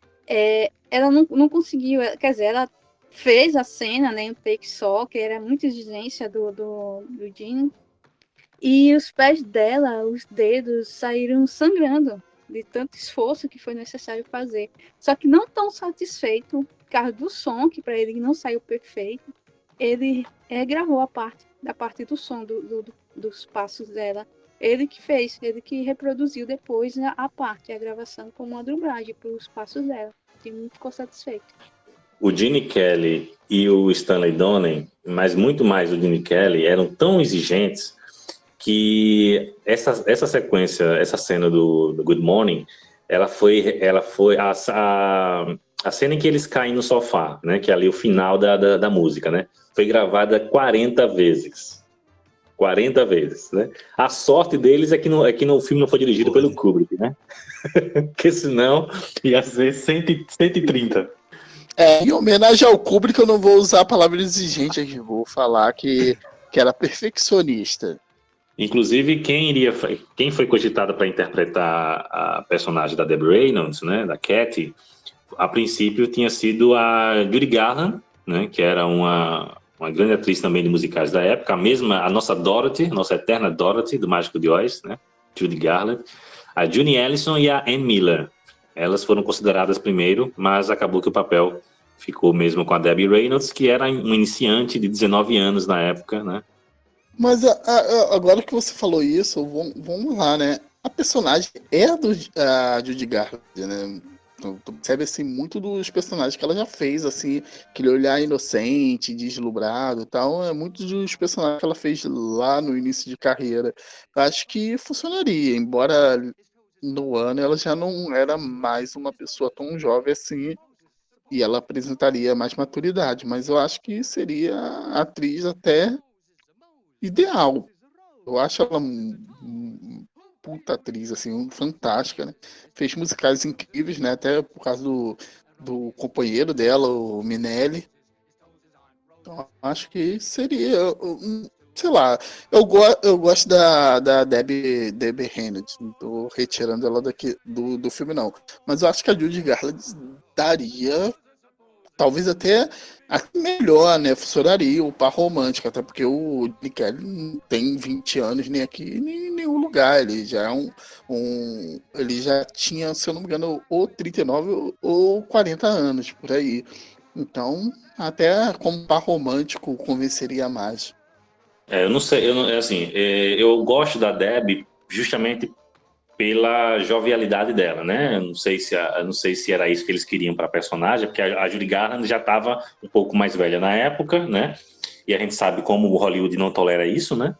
ela não conseguiu, quer dizer, ela fez a cena, né, um take só, que era muita exigência do Gene, e os pés dela, os dedos, saíram sangrando de tanto esforço que foi necessário fazer. Só que não tão satisfeito, por causa do som, que para ele não saiu perfeito, ele gravou a parte do som dos passos dela. Ele que fez, ele que reproduziu depois a gravação como uma dublagem para os passos dela. E não ficou satisfeito. O Gene Kelly e o Stanley Donen, mas muito mais o Gene Kelly, eram tão exigentes que essa sequência, essa cena do Good Morning, ela foi a cena em que eles caem no sofá, né? Que é ali o final da música, né? Foi gravada 40 vezes. 40 vezes, né? A sorte deles é que no filme não foi dirigido pelo Kubrick, né? Porque senão ia ser 130. Em homenagem ao Kubrick, eu não vou usar a palavra exigente aqui, vou falar que era perfeccionista. Inclusive, quem foi cogitada para interpretar a personagem da Debbie Reynolds, né, da Katy, a princípio tinha sido a Judy Garland, né, que era uma grande atriz também de musicais da época, a nossa Dorothy, nossa eterna Dorothy, do Mágico de Oz, né, Judy Garland, a June Ellison e a Ann Miller. Elas foram consideradas primeiro, mas acabou que o papel ficou mesmo com a Debbie Reynolds, que era um iniciante de 19 anos na época, né. Mas agora que você falou isso, vamos lá, né? A personagem é a Judy Garland, né? Tu percebe, assim, muito dos personagens que ela já fez, assim, aquele olhar inocente, deslumbrado e tal, é muito dos personagens que ela fez lá no início de carreira. Eu acho que funcionaria, embora no ano ela já não era mais uma pessoa tão jovem assim, e ela apresentaria mais maturidade, mas eu acho que seria a atriz até ideal. Eu acho ela puta atriz, assim, fantástica, né? Fez musicais incríveis, né? Até por causa do companheiro dela, o Minelli. Então, acho que seria, sei lá, eu gosto da Debbie Reynolds, não tô retirando ela daqui do filme, não. Mas eu acho que a Judy Garland daria, talvez até melhor, né? Funcionaria o par romântico, até porque o Nick Kelly não tem 20 anos nem aqui, nem em nenhum lugar. Ele já é ele já tinha, se eu não me engano, ou 39 ou 40 anos, por aí. Então, até como par romântico, convenceria mais. Eu não sei, eu gosto da Debbie justamente pela jovialidade dela, né? Eu não sei se era isso que eles queriam para a personagem, porque a Judy Garland já estava um pouco mais velha na época, né? E a gente sabe como o Hollywood não tolera isso, né?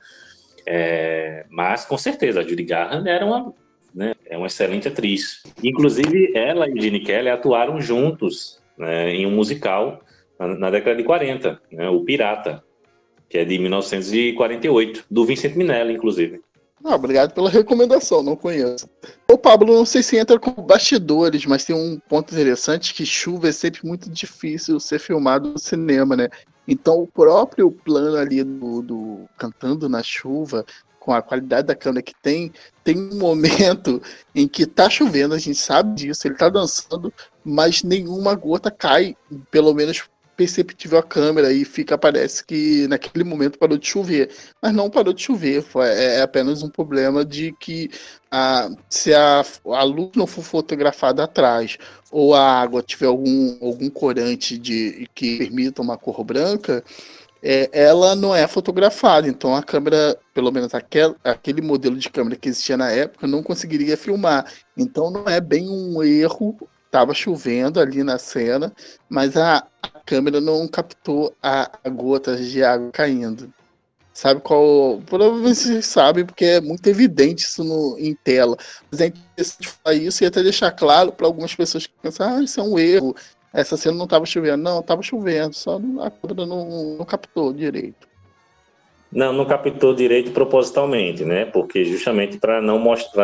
Mas com certeza a Judy Garland era uma excelente atriz. Inclusive ela e o Gene Kelly atuaram juntos, né, em um musical na década de 40, né? O Pirata, que é de 1948, do Vincent Minnelli, inclusive. Obrigado pela recomendação, não conheço. Ô Pablo, não sei se entra com bastidores, mas tem um ponto interessante, que chuva é sempre muito difícil ser filmado no cinema, né? Então o próprio plano ali do cantando na chuva, com a qualidade da câmera que tem um momento em que tá chovendo, a gente sabe disso, ele tá dançando, mas nenhuma gota cai, pelo menos perceptível a câmera, e parece que naquele momento parou de chover, mas não parou de chover, é apenas um problema de que se a luz não for fotografada atrás, ou a água tiver algum corante que permita uma cor branca, ela não é fotografada, então a câmera, pelo menos aquele modelo de câmera que existia na época, não conseguiria filmar, então não é bem um erro. Estava chovendo ali na cena, mas a câmera não captou a gotas de água caindo. Sabe qual? Provavelmente vocês sabem, porque é muito evidente isso em tela. Mas é interessante falar isso e até deixar claro para algumas pessoas que pensam, isso é um erro, essa cena não estava chovendo. Não, estava chovendo, só a câmera não captou direito. Não captou direito propositalmente, né? Porque justamente para não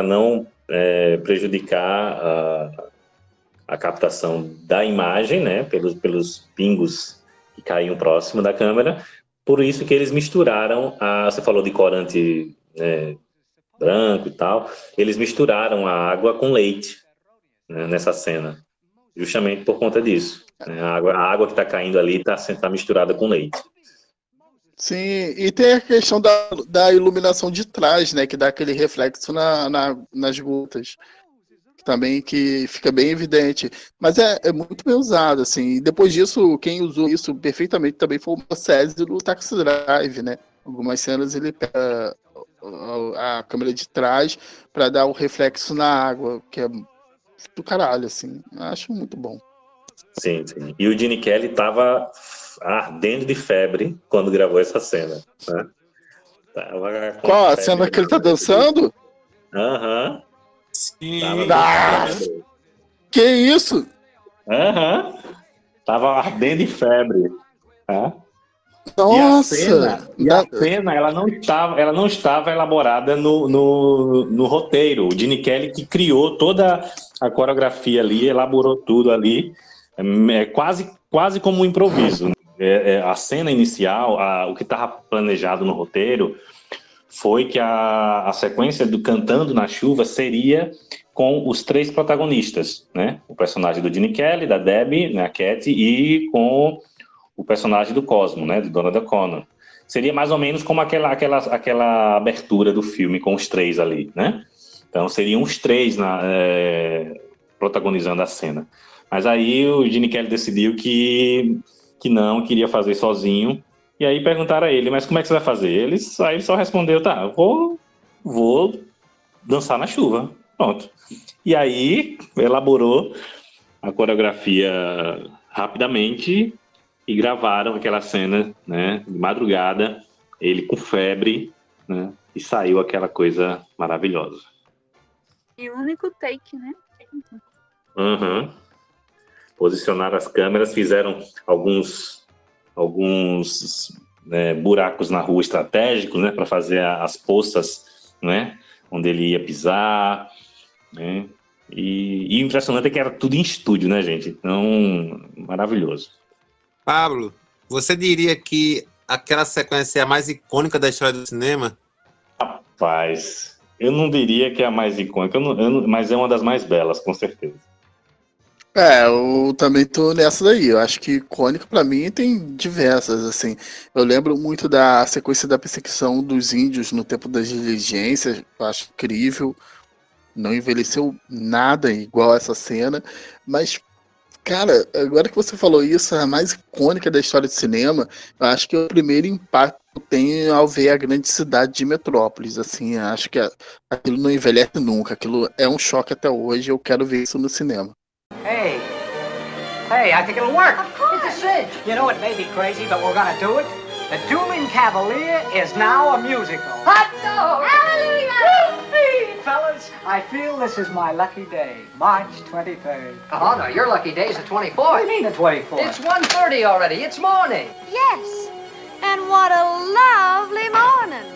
prejudicar a captação da imagem, né, pelos pingos que caíam próximo da câmera. Por isso que eles misturaram, você falou de corante, né, branco e tal, eles misturaram a água com leite, né, nessa cena, justamente por conta disso. Né, a água que está caindo ali está misturada com leite. Sim, e tem a questão da iluminação de trás, né, que dá aquele reflexo nas gotas. Também que fica bem evidente, mas é muito bem usado, assim, e depois disso, quem usou isso perfeitamente também foi o Scorsese do Taxi Drive, né, algumas cenas ele pega a câmera de trás para dar o reflexo na água, que é do caralho, assim, acho muito bom. Sim, e o Gene Kelly tava ardendo de febre quando gravou essa cena, né? Qual a cena que ele tá dançando? Aham. Sim. Que isso? Aham. Tava ardendo de febre. Tá? Nossa! E a cena, ela não estava elaborada no roteiro. O Gene Kelly que criou toda a coreografia ali, elaborou tudo ali, quase como um improviso. A cena inicial, o que estava planejado no roteiro, foi que a sequência do Cantando na Chuva seria com os três protagonistas, né? O personagem do Gene Kelly, da Debbie, né, a Cat, e com o personagem do Cosmo, né, de Donald O'Connor. Seria mais ou menos como aquela abertura do filme com os três ali, né? Então seriam os três protagonizando a cena. Mas aí o Gene Kelly decidiu que não, queria fazer sozinho. E aí perguntaram a ele, mas como é que você vai fazer? Ele só respondeu, tá, vou dançar na chuva. Pronto. E aí elaborou a coreografia rapidamente e gravaram aquela cena, né, de madrugada, ele com febre, né, e saiu aquela coisa maravilhosa. E o único take, né? Uhum. Posicionaram as câmeras, fizeram alguns buracos na rua estratégicos, né, para fazer as poças, né, onde ele ia pisar, né, e o impressionante é que era tudo em estúdio, né, gente? Então, maravilhoso. Pablo, você diria que aquela sequência é a mais icônica da história do cinema? Rapaz, eu não diria que é a mais icônica, mas é uma das mais belas, com certeza. Eu também tô nessa daí. Eu acho que icônica pra mim tem diversas, assim. Eu lembro muito da sequência da perseguição dos índios no tempo das diligências. Eu acho incrível. Não envelheceu nada igual essa cena. Mas, cara, agora que você falou isso, a mais icônica da história do cinema, eu acho que é o primeiro impacto que eu tenho ao ver a grande cidade de Metrópolis. Assim, eu acho que aquilo não envelhece nunca. Aquilo é um choque até hoje. Eu quero ver isso no cinema. Hey, I think it'll work. It's a cinch. You know, it may be crazy, but we're gonna do it. The Dueling Cavalier is now a musical. Hot dog! Hallelujah! Fellas, I feel this is my lucky day, March 23rd. Oh, no, your lucky day is the 24th. What do you mean the 24th? It's 1:30 already. It's morning. Yes, and what a lovely morning.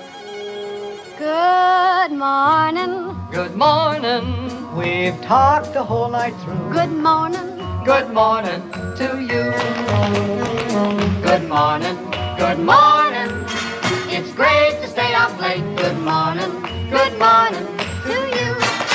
Good morning. Good morning. We've talked the whole night through. Good morning. Good morning to you. Good morning. Good morning. It's great to stay up late. Good morning. Good morning to you.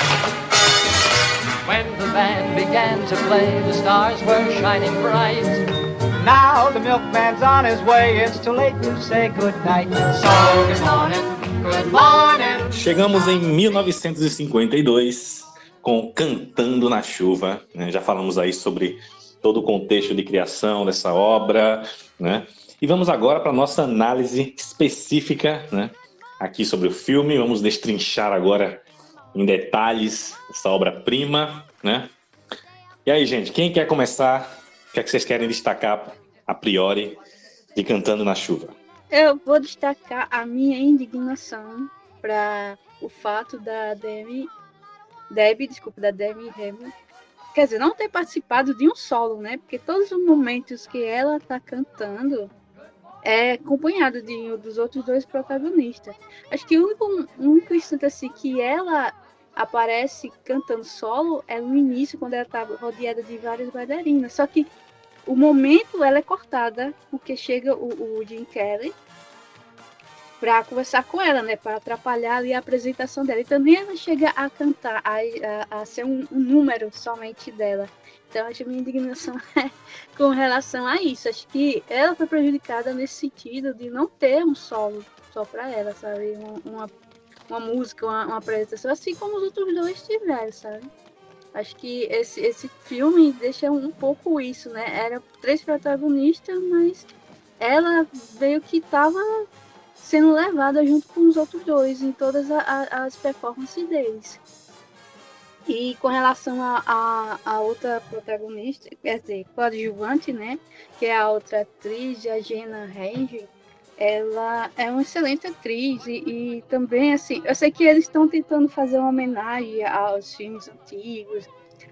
When the band began to play, the stars were shining bright. Now the milkman's on his way. It's too late to say good night. So good morning. Good morning. Chegamos em 1952 com Cantando na Chuva, né? Já falamos aí sobre todo o contexto de criação dessa obra, né? E vamos agora para a nossa análise específica, né, aqui sobre o filme. Vamos destrinchar agora em detalhes essa obra-prima, né? E aí, gente, quem quer começar? O que é que vocês querem destacar a priori de Cantando na Chuva? Eu vou destacar a minha indignação para o fato da Demi Harry, quer dizer, não ter participado de um solo, né? Porque todos os momentos que ela tá cantando é acompanhado dos outros dois protagonistas. Acho que o único instante assim que ela aparece cantando solo é no início, quando ela tá rodeada de várias bailarinas. Só que o momento ela é cortada, porque chega o Gene Kelly para conversar com ela, né, para atrapalhar ali a apresentação dela. E também ela chega a cantar, a ser um número somente dela. Então, acho que a minha indignação é com relação a isso. Acho que ela foi prejudicada nesse sentido de não ter um solo só para ela, sabe? Uma música, uma apresentação, assim como os outros dois tiveram, sabe? Acho que esse filme deixa um pouco isso, né? Eram 3 protagonistas, mas ela veio que estava sendo levada junto com os outros dois em todas as performances deles. E com relação a outra protagonista, quer dizer, coadjuvante, né, que é a outra atriz, a Jenna Range, ela é uma excelente atriz e também, assim, eu sei que eles estão tentando fazer uma homenagem aos filmes antigos,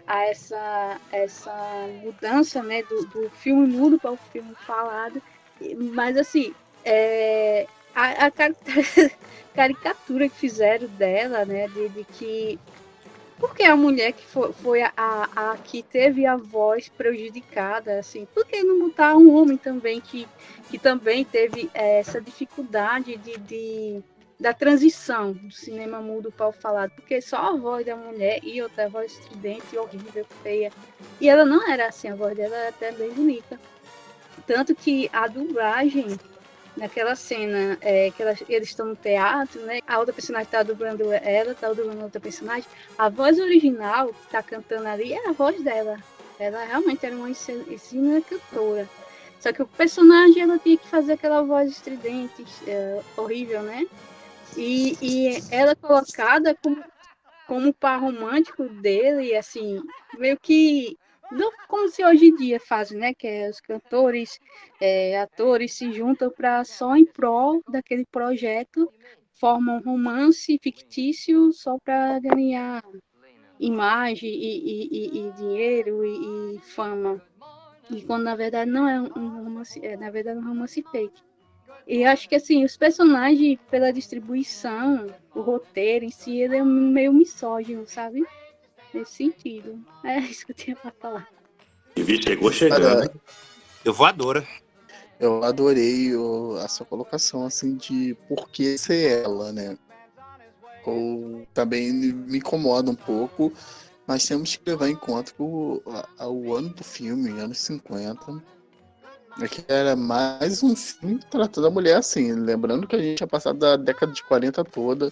a essa mudança, né, do filme mudo para o filme falado. Mas, assim, a caricatura que fizeram dela, né, de que... Porque a mulher que foi a que teve a voz prejudicada, assim, por que não botar um homem também que também teve essa dificuldade da transição do cinema mudo para o falado? Porque só a voz da mulher e outra voz estridente, horrível, feia. E ela não era assim, a voz dela era até bem bonita. Tanto que a dublagem, naquela cena que eles estão no teatro, né? A outra personagem está dublando ela, está dublando outra personagem. A voz original que está cantando ali é a voz dela. Ela realmente era uma exímia cantora. Só que o personagem, ela tinha que fazer aquela voz estridente, horrível, né? E ela colocada como par romântico dele, assim, meio que... Não como se hoje em dia fazem, né? Que os cantores, atores se juntam para só em prol daquele projeto, formam um romance fictício só para ganhar imagem e dinheiro e fama. E quando na verdade não é um romance, na verdade um romance fake. E acho que assim, os personagens, pela distribuição, o roteiro em si, ele é meio misógino, sabe? Nesse sentido. É isso que eu tinha para falar. E chegou chegando. Eu voadora. Eu adorei a sua colocação, assim, de por que ser ela, né? Ou também me incomoda um pouco, mas temos que levar em conta que o ano do filme, anos 50, que era mais um filme tratando a mulher assim. Lembrando que a gente tinha passado da década de 40 toda,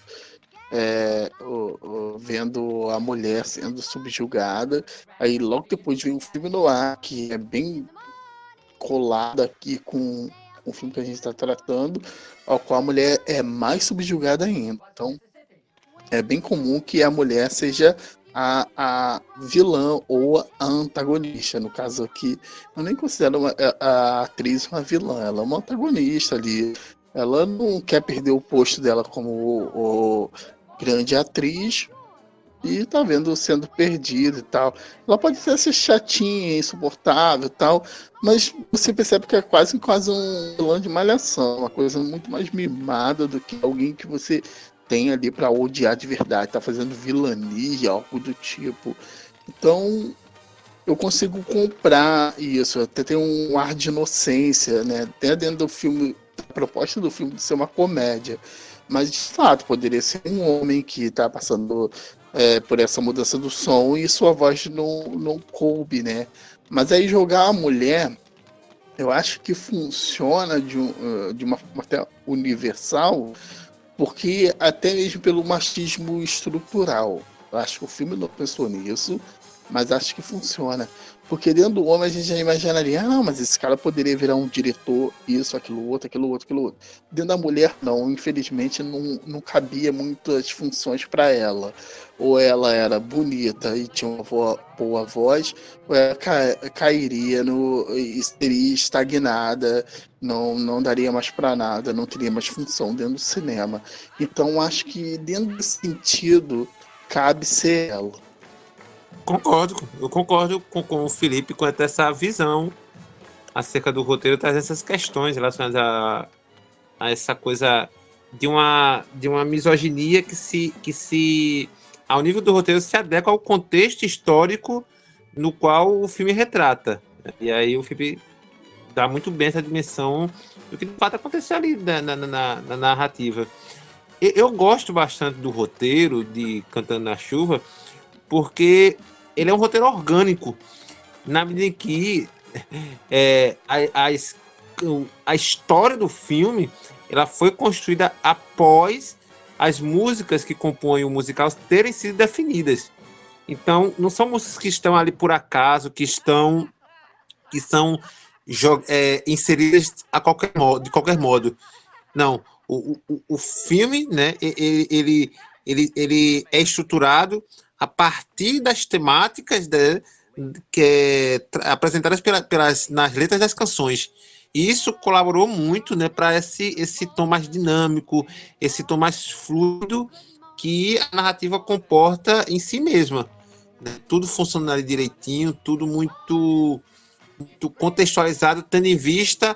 vendo a mulher sendo subjugada. Aí logo depois vem um filme no ar que é bem colado aqui com o filme que a gente está tratando, ao qual a mulher é mais subjugada ainda. Então é bem comum que a mulher seja a vilã ou a antagonista. No caso aqui, eu nem considero a atriz uma vilã, ela é uma antagonista ali. Ela não quer perder o posto dela como o grande atriz e tá vendo sendo perdida e tal. Ela pode até ser chatinha, insuportável e tal, mas você percebe que é quase um vilão de malhação, uma coisa muito mais mimada do que alguém que você tem ali pra odiar de verdade, tá fazendo vilania, algo do tipo. Então eu consigo comprar isso, até tem um ar de inocência, né? Até dentro do filme, a proposta do filme de ser uma comédia, mas de fato poderia ser um homem que tá passando por essa mudança do som e sua voz não coube, né? Mas aí jogar a mulher, eu acho que funciona de uma forma até universal, porque até mesmo pelo machismo estrutural. Eu acho que o filme não pensou nisso, mas acho que funciona. Porque dentro do homem a gente já imaginaria, não, mas esse cara poderia virar um diretor, isso, aquilo outro. Dentro da mulher, não. Infelizmente, não cabia muitas funções para ela. Ou ela era bonita e tinha uma boa voz, ou ela cairia e seria estagnada, não daria mais para nada, não teria mais função dentro do cinema. Então, acho que dentro desse sentido, cabe ser ela. Eu concordo com o Felipe quanto a essa visão acerca do roteiro, traz essas questões relacionadas a essa coisa de uma misoginia que se ao nível do roteiro se adequa ao contexto histórico no qual o filme retrata. E aí o filme dá muito bem essa dimensão do que de fato aconteceu ali na narrativa. Eu gosto bastante do roteiro de Cantando na Chuva, porque ele é um roteiro orgânico, na medida em que a história do filme ela foi construída após as músicas que compõem o musical terem sido definidas. Então, não são músicas que estão ali por acaso, que são inseridas de qualquer modo. Não, o filme, né, ele é estruturado a partir das temáticas apresentadas nas letras das canções. E isso colaborou muito, né, para esse tom mais dinâmico, esse tom mais fluido que a narrativa comporta em si mesma. né? Tudo funcionando ali direitinho, tudo muito contextualizado, tendo em vista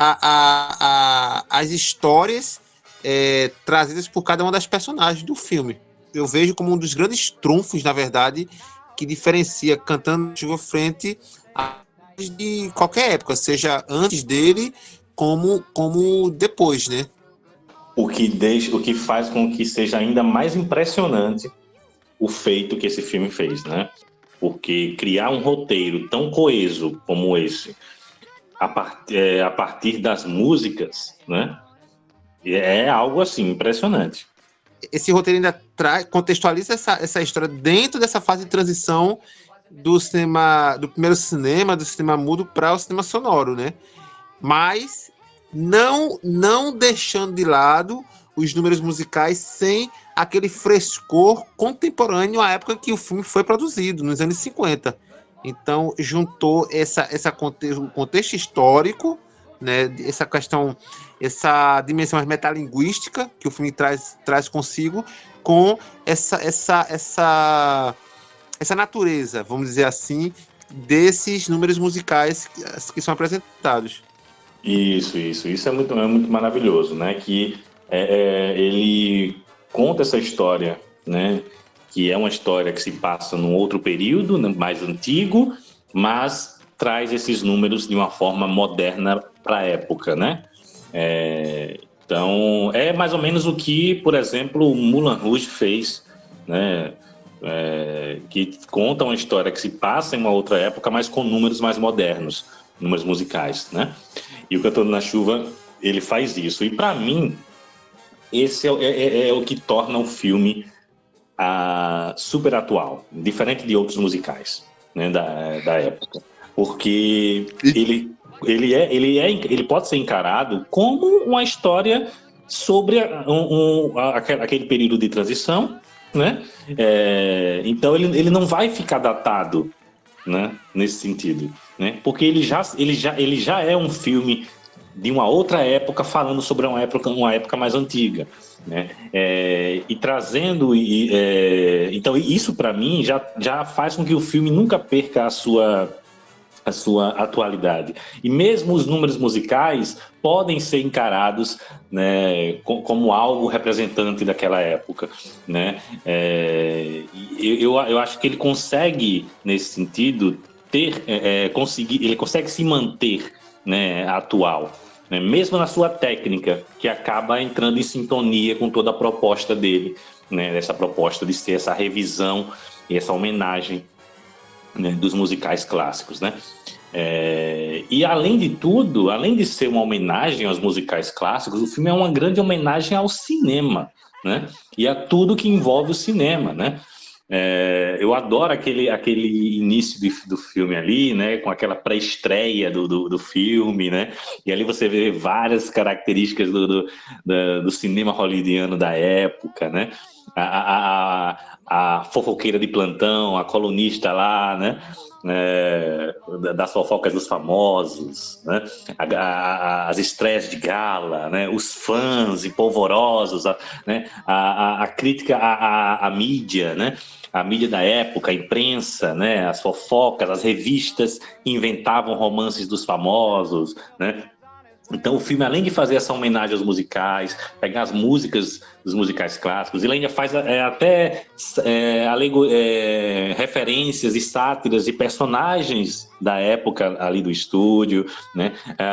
as histórias trazidas por cada uma das personagens do filme. Eu vejo como um dos grandes trunfos, na verdade, que diferencia Cantando na Chuva frente a de qualquer época, seja antes dele como depois, né? O que faz com que seja ainda mais impressionante o feito que esse filme fez, né? Porque criar um roteiro tão coeso como esse, a partir das músicas, né? É algo assim impressionante. Esse roteiro ainda contextualiza essa história dentro dessa fase de transição do primeiro cinema, do cinema mudo para o cinema sonoro, né? Mas não deixando de lado os números musicais sem aquele frescor contemporâneo à época que o filme foi produzido, nos anos 50. Então, juntou o contexto histórico, né, essa dimensão mais metalinguística que o filme traz consigo, com essa natureza, vamos dizer assim, desses números musicais que são apresentados. Isso é muito maravilhoso, né? Que ele conta essa história, né? Que é uma história que se passa num outro período, mais antigo, mas traz esses números de uma forma moderna para a época, né? Então, é mais ou menos o que, por exemplo, o Moulin Rouge fez, né? Que conta uma história que se passa em uma outra época, mas com números mais modernos, números musicais, né? E o Cantando na Chuva, ele faz isso. E para mim, esse é o que torna o filme super atual, diferente de outros musicais, né, da época. Porque ele pode ser encarado como uma história sobre aquele período de transição, né? Então ele não vai ficar datado, né, nesse sentido, né? Porque ele já é um filme de uma outra época, falando sobre uma época mais antiga, né? E trazendo então isso para mim já faz com que o filme nunca perca a sua atualidade. E mesmo os números musicais podem ser encarados, né, como algo representante daquela época, né? Eu acho que ele consegue, nesse sentido, ele consegue se manter, né, atual, né, mesmo na sua técnica, que acaba entrando em sintonia com toda a proposta dele, né, essa proposta de ser essa revisão e essa homenagem, né, dos musicais clássicos, né? E além de tudo, além de ser uma homenagem aos musicais clássicos, o filme é uma grande homenagem ao cinema, né? E a tudo que envolve o cinema, né? Eu adoro aquele início do filme ali, né? Com aquela pré-estreia do filme, né? E ali você vê várias características do cinema hollywoodiano da época, né? A fofoqueira de plantão, a colunista lá, né? Das fofocas dos famosos, né? As estreias de gala, né? Os fãs empolvorosos, né? A crítica à mídia, né? A mídia da época, a imprensa, né? As fofocas, as revistas inventavam romances dos famosos, né? Então o filme, além de fazer essa homenagem aos musicais, pegar as músicas dos musicais clássicos, ele ainda faz referências e sátiras de personagens da época ali do estúdio, né?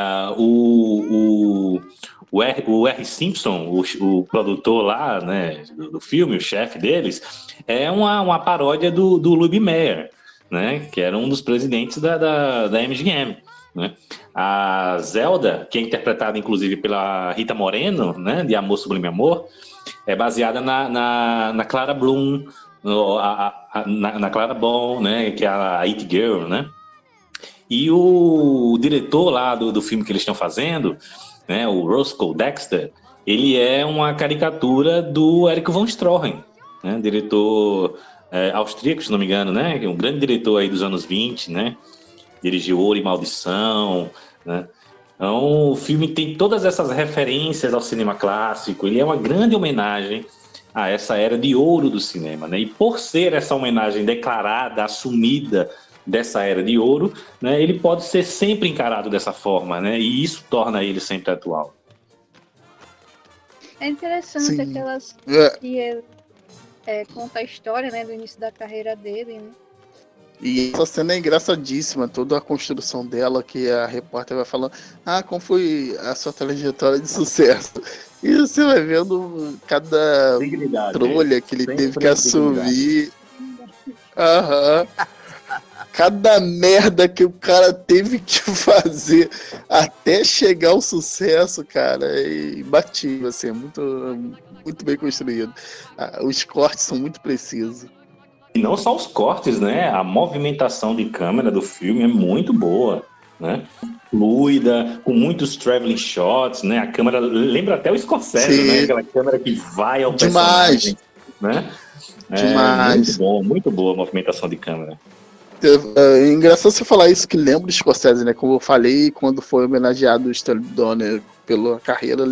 O R. Simpson, o produtor lá, né, do filme, o chefe deles, é uma paródia do Louis Mayer, né, que era um dos presidentes da MGM. Né? A Zelda, que é interpretada inclusive pela Rita Moreno, né, de Amor Sublime Amor, é baseada na Clara Bloom, na Clara Bow, né, que é a It Girl, né? E o diretor lá do filme que eles estão fazendo, né, o Roscoe Dexter, ele é uma caricatura do Erich von Stroheim, né, diretor austríaco, se não me engano, né, um grande diretor aí dos anos 20, né? Dirigiu Ouro e Maldição, né? Então o filme tem todas essas referências ao cinema clássico. Ele é uma grande homenagem a essa era de ouro do cinema, né? E por ser essa homenagem declarada, assumida dessa era de ouro, né, ele pode ser sempre encarado dessa forma, né? E isso torna ele sempre atual. É interessante Sim. aquelas que ele conta a história, né, do início da carreira dele, né? E essa cena é engraçadíssima, toda a construção dela, que a repórter vai falando, como foi a sua trajetória de sucesso? E você vai vendo cada trolha que ele teve que assumir. Cada merda que o cara teve que fazer até chegar ao sucesso, cara, é imbatível, assim, é muito bem construído. Os cortes são muito precisos. E não só os cortes, né? A movimentação de câmera do filme é muito boa, né? Fluida, com muitos traveling shots, né? A câmera lembra até o Scorsese, Sim. né? Aquela câmera que vai ao Demais. personagem, né? Demais. Muito boa a movimentação de câmera. É engraçado você falar isso, que lembra do Scorsese, né? Como eu falei, quando foi homenageado o Stanley Donen pela carreira,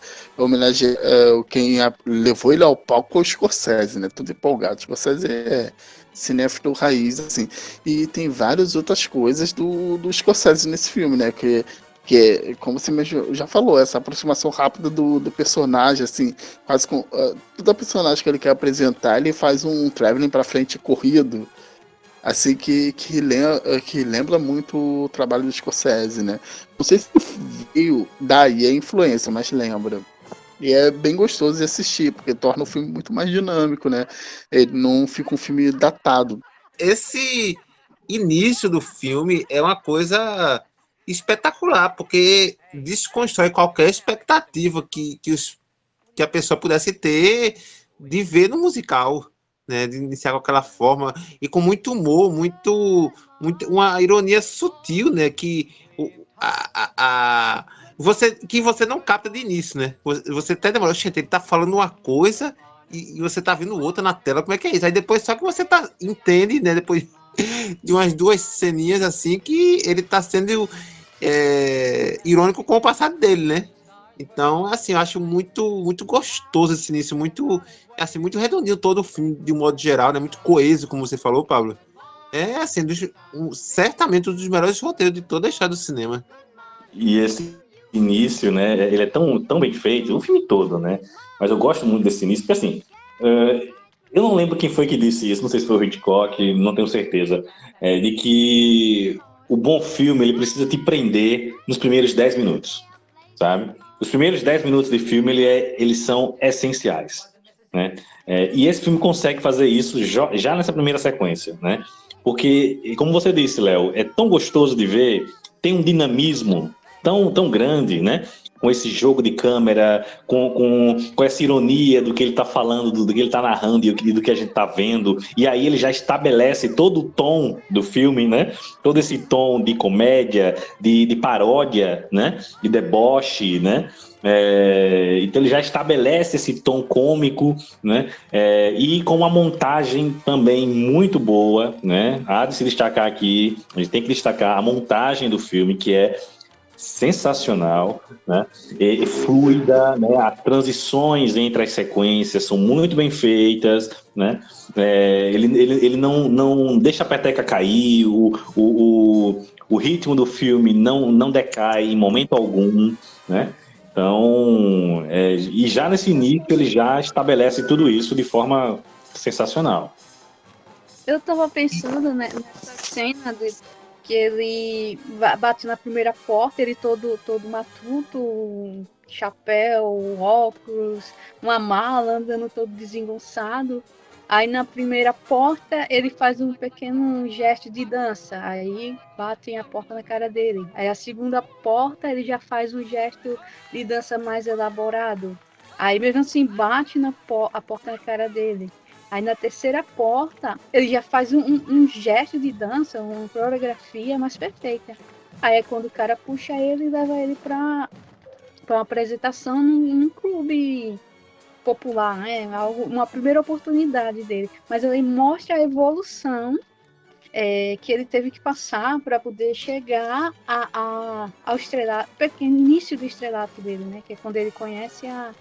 quem levou ele ao palco foi o Scorsese, né? Tudo empolgado. O Scorsese é cinéfilo raiz, assim. E tem várias outras coisas do Scorsese nesse filme, né? Que é, como você mesmo já falou, essa aproximação rápida do personagem, assim, quase com toda personagem que ele quer apresentar, ele faz um traveling pra frente corrido, assim, que lembra muito o trabalho do Scorsese, né? Não sei se veio daí a influência, mas lembra. E é bem gostoso de assistir, porque torna o filme muito mais dinâmico, né? Ele não fica um filme datado. Esse início do filme é uma coisa espetacular, porque desconstrói qualquer expectativa que a pessoa pudesse ter de ver no musical, né, de iniciar com aquela forma e com muito humor, muito uma ironia sutil, né, que você não capta de início, né? Você até demora, gente, ele tá falando uma coisa e você tá vendo outra na tela, como é que é isso? Aí depois só que você entende, né, depois de umas duas ceninhas assim, que ele tá sendo irônico com o passado dele, né? Então, assim, eu acho muito gostoso esse início, muito redondinho todo o filme, de um modo geral, né? Muito coeso, como você falou, Pablo. É, assim, certamente um dos melhores roteiros de toda a história do cinema. E esse início, né, ele é tão bem feito, o filme todo, né? Mas eu gosto muito desse início, porque assim, eu não lembro quem foi que disse isso, não sei se foi o Hitchcock, não tenho certeza, de que o bom filme, ele precisa te prender nos primeiros 10 minutos, sabe? Os primeiros 10 minutos de filme, eles são essenciais, né? E esse filme consegue fazer isso já nessa primeira sequência, né? Porque, como você disse, Léo, é tão gostoso de ver, tem um dinamismo tão grande, né? Com esse jogo de câmera, com essa ironia do que ele está falando, do que ele está narrando e do que a gente está vendo. E aí ele já estabelece todo o tom do filme, né? Todo esse tom de comédia, de paródia, né? De deboche, né? Então ele já estabelece esse tom cômico, né? E com uma montagem também muito boa, né? Há de se destacar aqui, a gente tem que destacar a montagem do filme, que é sensacional, né? E fluida, né? As transições entre as sequências são muito bem feitas, né? Ele não deixa a peteca cair, o ritmo do filme não decai em momento algum, né? Então, e já nesse início ele já estabelece tudo isso de forma sensacional. Eu tava pensando, né, nessa cena que ele bate na primeira porta, ele todo matuto, um chapéu, um óculos, uma mala, andando todo desengonçado. Aí na primeira porta ele faz um pequeno gesto de dança, aí batem a porta na cara dele. Aí a segunda porta ele já faz um gesto de dança mais elaborado. Aí mesmo assim bate a porta na cara dele. Aí na terceira porta, ele já faz um gesto de dança, uma coreografia mais perfeita. Aí é quando o cara puxa ele e leva ele para uma apresentação num clube popular, né? Uma primeira oportunidade dele. Mas ele mostra a evolução que ele teve que passar para poder chegar ao estrelato, pequeno início do estrelato dele, né? Que é quando ele conhece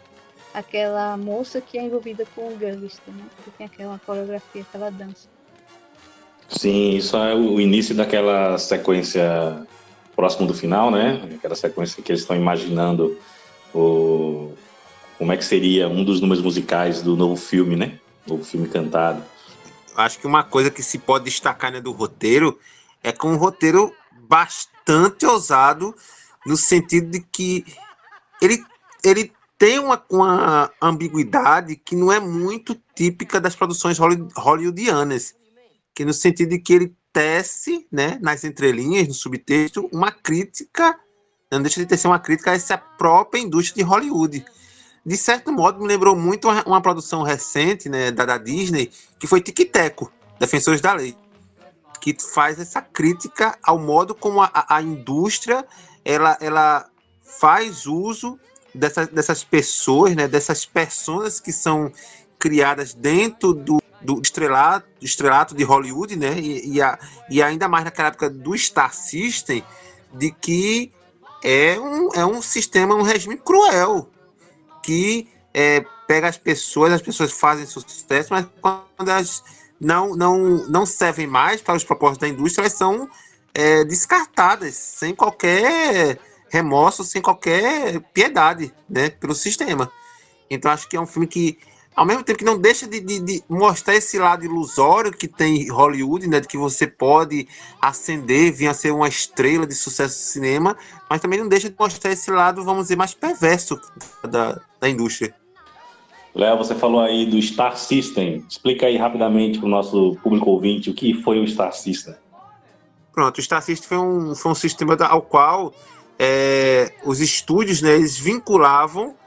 aquela moça que é envolvida com o gangster, né? Que tem aquela coreografia, aquela dança. Sim, isso é o início daquela sequência próximo do final, né? Aquela sequência que eles estão imaginando como é que seria um dos números musicais do novo filme, né? Novo filme cantado. Acho que uma coisa que se pode destacar, né, do roteiro é que um roteiro bastante ousado, no sentido de que ele tem uma ambiguidade que não é muito típica das produções hollywoodianas, que no sentido de que ele tece, né, nas entrelinhas, no subtexto, uma crítica, não deixa de ter uma crítica a essa própria indústria de Hollywood. De certo modo, me lembrou muito uma produção recente, né, da Disney, que foi Tic Teco, Defensores da Lei, que faz essa crítica ao modo como a indústria ela faz uso dessas pessoas, né, dessas personas que são criadas dentro do estrelato de Hollywood, né, e ainda mais naquela época do Star System, de que é um sistema, um regime cruel, que pega as pessoas fazem sucesso, mas quando elas não servem mais para os propósitos da indústria, elas são descartadas, sem qualquer remorso, sem qualquer piedade, né, pelo sistema. Então acho que é um filme que, ao mesmo tempo que não deixa de mostrar esse lado ilusório que tem Hollywood, né, de que você pode ascender, vir a ser uma estrela de sucesso do cinema, mas também não deixa de mostrar esse lado, vamos dizer, mais perverso da indústria. Léo, você falou aí do Star System. Explica aí rapidamente para o nosso público ouvinte o que foi o Star System. Pronto, o Star System foi um sistema ao qual os estúdios, né, eles vinculavam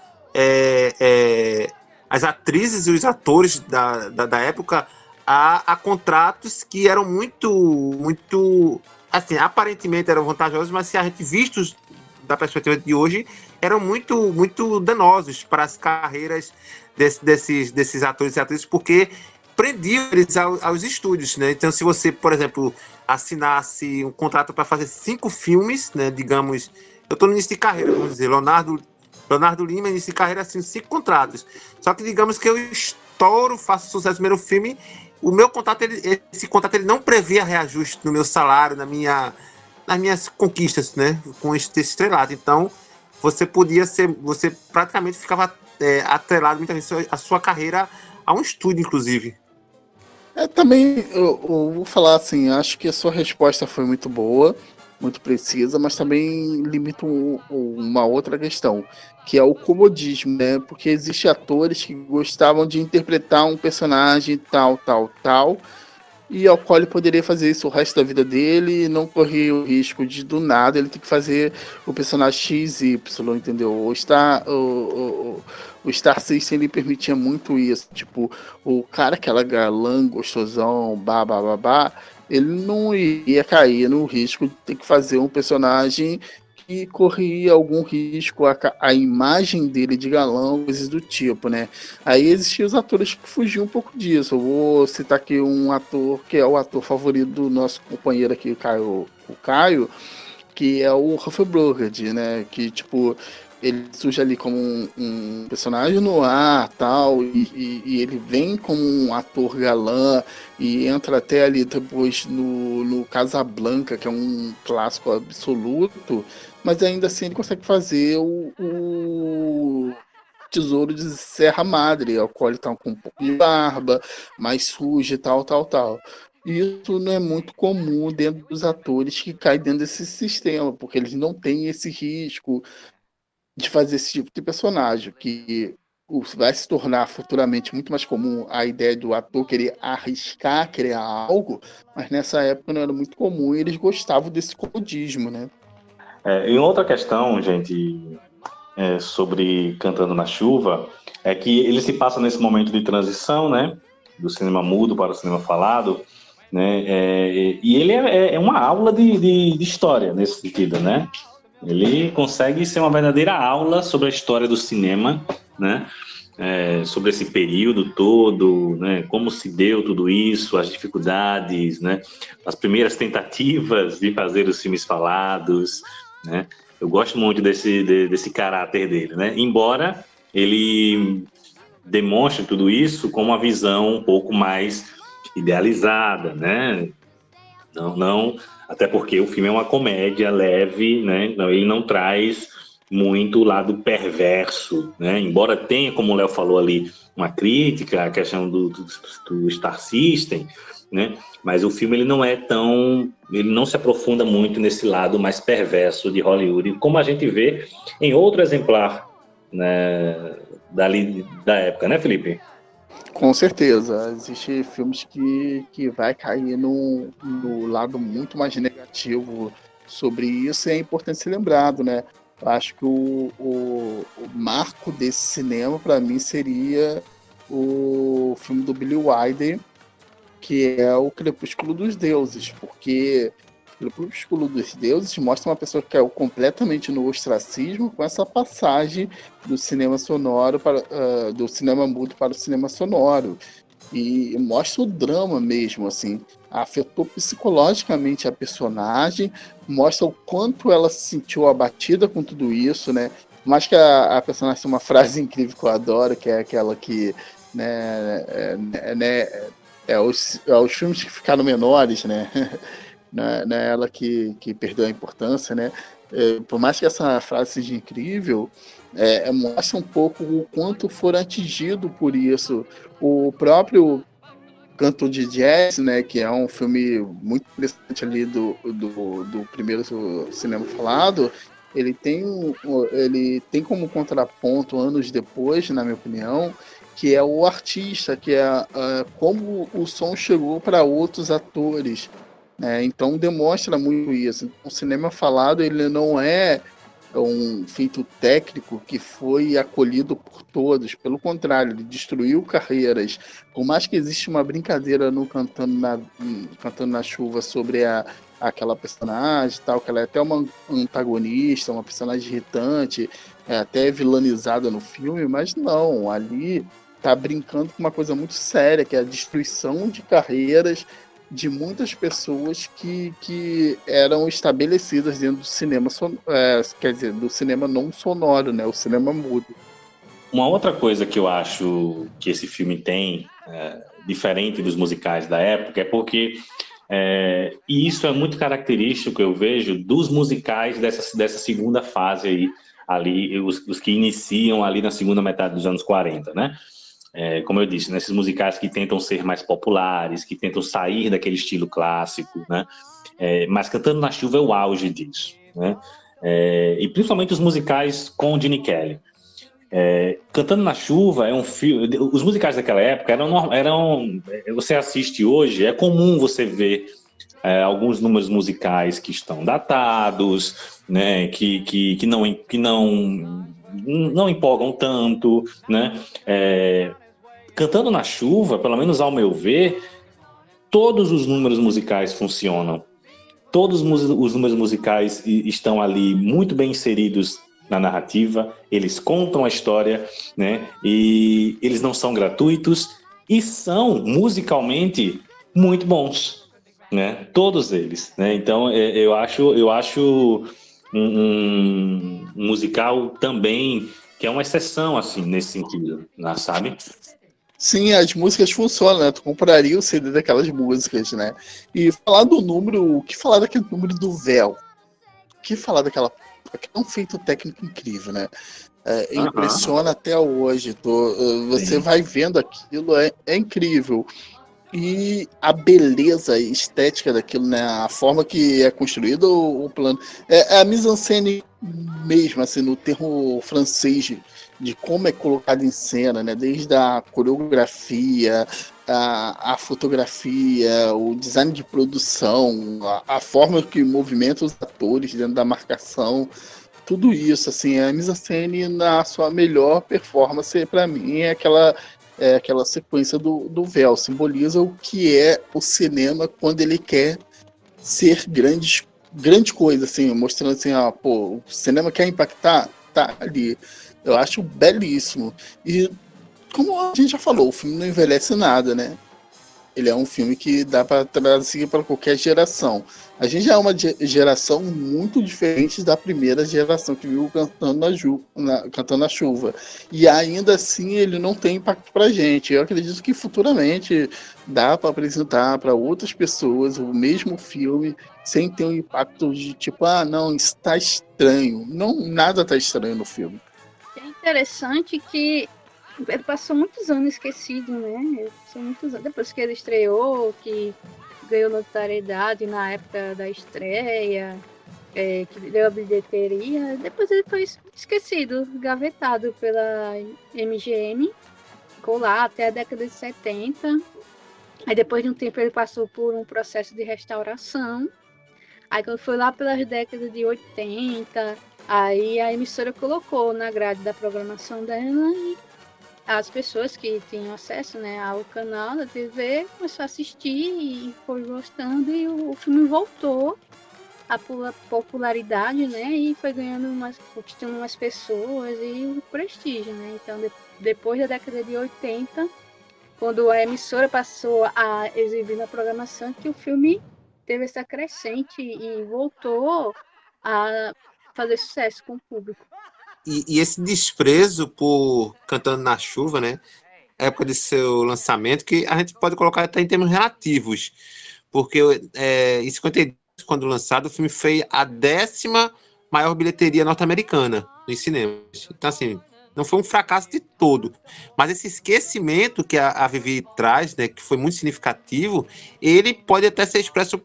as atrizes e os atores da época a contratos que eram muito, assim, aparentemente eram vantajosos, mas se a gente vistos da perspectiva de hoje, eram muito, muito danosos para as carreiras desses atores e atrizes, porque prendiam eles aos estúdios, né? Então, se você, por exemplo, assinasse um contrato para fazer 5 filmes, né, digamos, eu estou no início de carreira, vamos dizer, Leonardo Lima, início de carreira, assim, 5 contratos. Só que digamos que eu estouro, faço sucesso no primeiro filme, o meu contrato, esse contrato ele não previa reajuste no meu salário, nas minhas conquistas, né, com esse estrelato. Então, você praticamente ficava atrelado muitas vezes a sua carreira a um estúdio, inclusive. Também, eu vou falar assim, acho que a sua resposta foi muito boa, muito precisa, mas também limita uma outra questão, que é o comodismo, né? Porque existem atores que gostavam de interpretar um personagem tal, e ao qual ele poderia fazer isso o resto da vida dele e não correr o risco de, do nada, ele ter que fazer o personagem XY, entendeu? O Star System, ele permitia muito isso, tipo, o cara, aquela galã, gostosão, ele não ia cair no risco de ter que fazer um personagem que corria algum risco a imagem dele de galã, coisas do tipo, né? Aí existiam os atores que fugiam um pouco disso. Eu vou citar aqui um ator que é o ator favorito do nosso companheiro aqui, o Caio, que é o Humphrey Bogart, né? Que, tipo, ele surge ali como um personagem no ar, tal, e ele vem como um ator galã e entra até ali depois no Casablanca, que é um clássico absoluto, mas ainda assim ele consegue fazer o Tesouro de Serra Madre, ao qual ele tá com um pouco de barba, mais sujo e tal. Isso não é muito comum dentro dos atores que caem dentro desse sistema, porque eles não têm esse risco de fazer esse tipo de personagem, que vai se tornar futuramente muito mais comum a ideia do ator querer arriscar, criar algo, mas nessa época não era muito comum e eles gostavam desse comodismo, né? E outra questão, gente, sobre Cantando na Chuva, é que ele se passa nesse momento de transição, né, do cinema mudo para o cinema falado, né, e ele é uma aula de história nesse sentido, né? Ele consegue ser uma verdadeira aula sobre a história do cinema, né? Sobre esse período todo, né? Como se deu tudo isso, as dificuldades, né? As primeiras tentativas de fazer os filmes falados, né? Eu gosto muito desse caráter dele, né? Embora ele demonstra tudo isso com uma visão um pouco mais idealizada, né? Não, até porque o filme é uma comédia leve, né? Ele não traz muito o lado perverso, né? Embora tenha, como o Léo falou ali, uma crítica à questão do Star System, né? Mas o filme ele não se aprofunda muito nesse lado mais perverso de Hollywood, como a gente vê em outro exemplar, né, da época, né, Felipe? Com certeza, existem filmes que vai cair no lado muito mais negativo sobre isso, e é importante ser lembrado, né? Eu acho que o marco desse cinema, para mim, seria o filme do Billy Wilder, que é o Crepúsculo dos Deuses, porque o Crepúsculo dos Deuses mostra uma pessoa que caiu completamente no ostracismo com essa passagem do cinema sonoro do cinema mudo para o cinema sonoro, e mostra o drama mesmo, assim, afetou psicologicamente a personagem, mostra o quanto ela se sentiu abatida com tudo isso, né? Mas que a personagem tem uma frase incrível que eu adoro, que é aquela que, os filmes que ficaram menores, né? Não é ela que perdeu a importância, né? Por mais que essa frase seja incrível, mostra um pouco o quanto foram atingidos por isso. O próprio Canto de Jazz, né, que é um filme muito interessante ali do primeiro cinema falado, ele tem como contraponto, anos depois, na minha opinião, que é o artista, que é como o som chegou para outros atores. Então demonstra muito isso. O cinema falado, ele não é um feito técnico que foi acolhido por todos, pelo contrário, ele destruiu carreiras. Por mais que exista uma brincadeira no Cantando na Chuva sobre aquela personagem, tal, que ela é até uma antagonista, uma personagem irritante, até vilanizada no filme, mas não, ali tá brincando com uma coisa muito séria, que é a destruição de carreiras de muitas pessoas que eram estabelecidas dentro do cinema, quer dizer, do cinema não sonoro, né, o cinema mudo. Uma outra coisa que eu acho que esse filme tem, diferente dos musicais da época, é porque, e isso é muito característico, eu vejo, dos musicais dessa segunda fase aí, ali, os que iniciam ali na segunda metade dos anos 40, né? Como eu disse, nesses musicais que tentam ser mais populares, que tentam sair daquele estilo clássico, né? Mas Cantando na Chuva é o auge disso, né? E principalmente os musicais com Gene Kelly. Cantando na Chuva é um filme. Os musicais daquela época eram. Você assiste hoje, é comum você ver alguns números musicais que estão datados, né? Que não empolgam tanto, né? Cantando na Chuva, pelo menos ao meu ver, todos os números musicais funcionam. Todos os números musicais estão ali muito bem inseridos na narrativa, eles contam a história, né? E eles não são gratuitos e são musicalmente muito bons, né? Todos eles, né? Então eu acho um musical também que é uma exceção, assim, nesse sentido, né, sabe? Sim, as músicas funcionam, né? Tu compraria o CD daquelas músicas, né? E falar do número, o que falar daquele número do véu? O que falar daquela... É um feito técnico incrível, né? Impressiona até hoje. Você vai vendo aquilo, é incrível. E a beleza estética daquilo, né? A forma que é construído o plano. A mise-en-scène mesmo, assim, no termo francês, de como é colocado em cena, né? Desde a coreografia, a fotografia, o design de produção, a forma que movimenta os atores dentro da marcação, tudo isso, assim, a mise-en-scène na sua melhor performance, para mim, é aquela sequência do véu, simboliza o que é o cinema quando ele quer ser grande coisa, assim, mostrando assim, o cinema quer impactar, tá ali. Eu acho belíssimo. E como a gente já falou, o filme não envelhece nada, né? ele é um filme que dá para trazer para qualquer geração. A gente já é uma geração muito diferente da primeira geração que viu Cantando na Chuva. E ainda assim ele não tem impacto pra gente. Eu acredito que futuramente dá para apresentar para outras pessoas o mesmo filme sem ter um impacto de tipo, não, está estranho. Não, nada está estranho no filme. É interessante que ele passou muitos anos esquecido, né? Passou muitos anos. Depois que ele estreou, que ganhou notoriedade na época da estreia, que deu a bilheteria, depois ele foi esquecido, gavetado pela MGM, ficou lá até a década de 70. Aí depois de um tempo ele passou por um processo de restauração. Aí quando foi lá pelas décadas de 80, aí a emissora colocou na grade da programação dela e as pessoas que tinham acesso, né, ao canal da TV começaram a assistir e foi gostando, e o filme voltou à popularidade, né, e foi conquistando umas pessoas e o prestígio, né. Então depois da década de 80, quando a emissora passou a exibir na programação, que o filme teve essa crescente e voltou a fazer sucesso com o público. E esse desprezo por Cantando na Chuva, né? Época de seu lançamento, que a gente pode colocar até em termos relativos. Porque em 52, quando lançado, o filme fez a 10ª maior bilheteria norte-americana nos cinemas. Então, assim, não foi um fracasso de todo. Mas esse esquecimento que a Vivi traz, né, que foi muito significativo, ele pode até ser expresso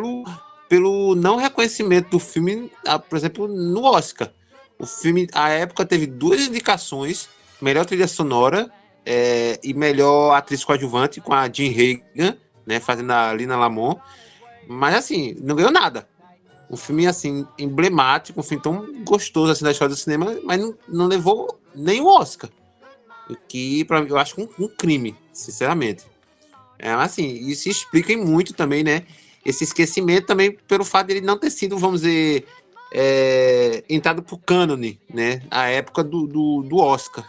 pelo não reconhecimento do filme, por exemplo, no Oscar. O filme, à época, teve 2 indicações, melhor trilha sonora e melhor atriz coadjuvante, com a Jean Hagen, né, fazendo a Lina Lamont. Mas, assim, não ganhou nada. Um filme, assim, emblemático, um filme tão gostoso, assim, da história do cinema, mas não levou nem o Oscar. O que, pra mim, eu acho um crime, sinceramente. Assim, isso explica muito também, né, esse esquecimento também pelo fato de ele não ter sido, vamos dizer... entrado pro cânone, né? A época do Oscar.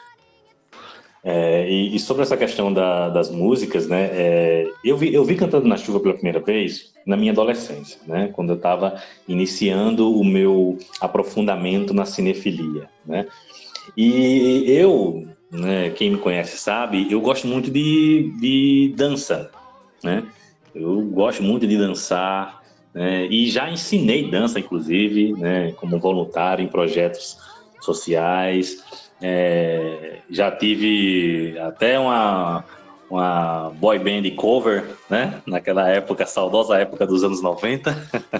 E sobre essa questão das músicas, né? Eu vi Cantando na Chuva pela primeira vez na minha adolescência, né? Quando eu estava iniciando o meu aprofundamento na cinefilia, né? E eu, né, quem me conhece sabe, eu gosto muito de dança, né? Eu gosto muito de dançar. E já ensinei dança, inclusive, né, como voluntário em projetos sociais. Já tive até uma boy band cover, né, naquela época, saudosa época dos anos 90.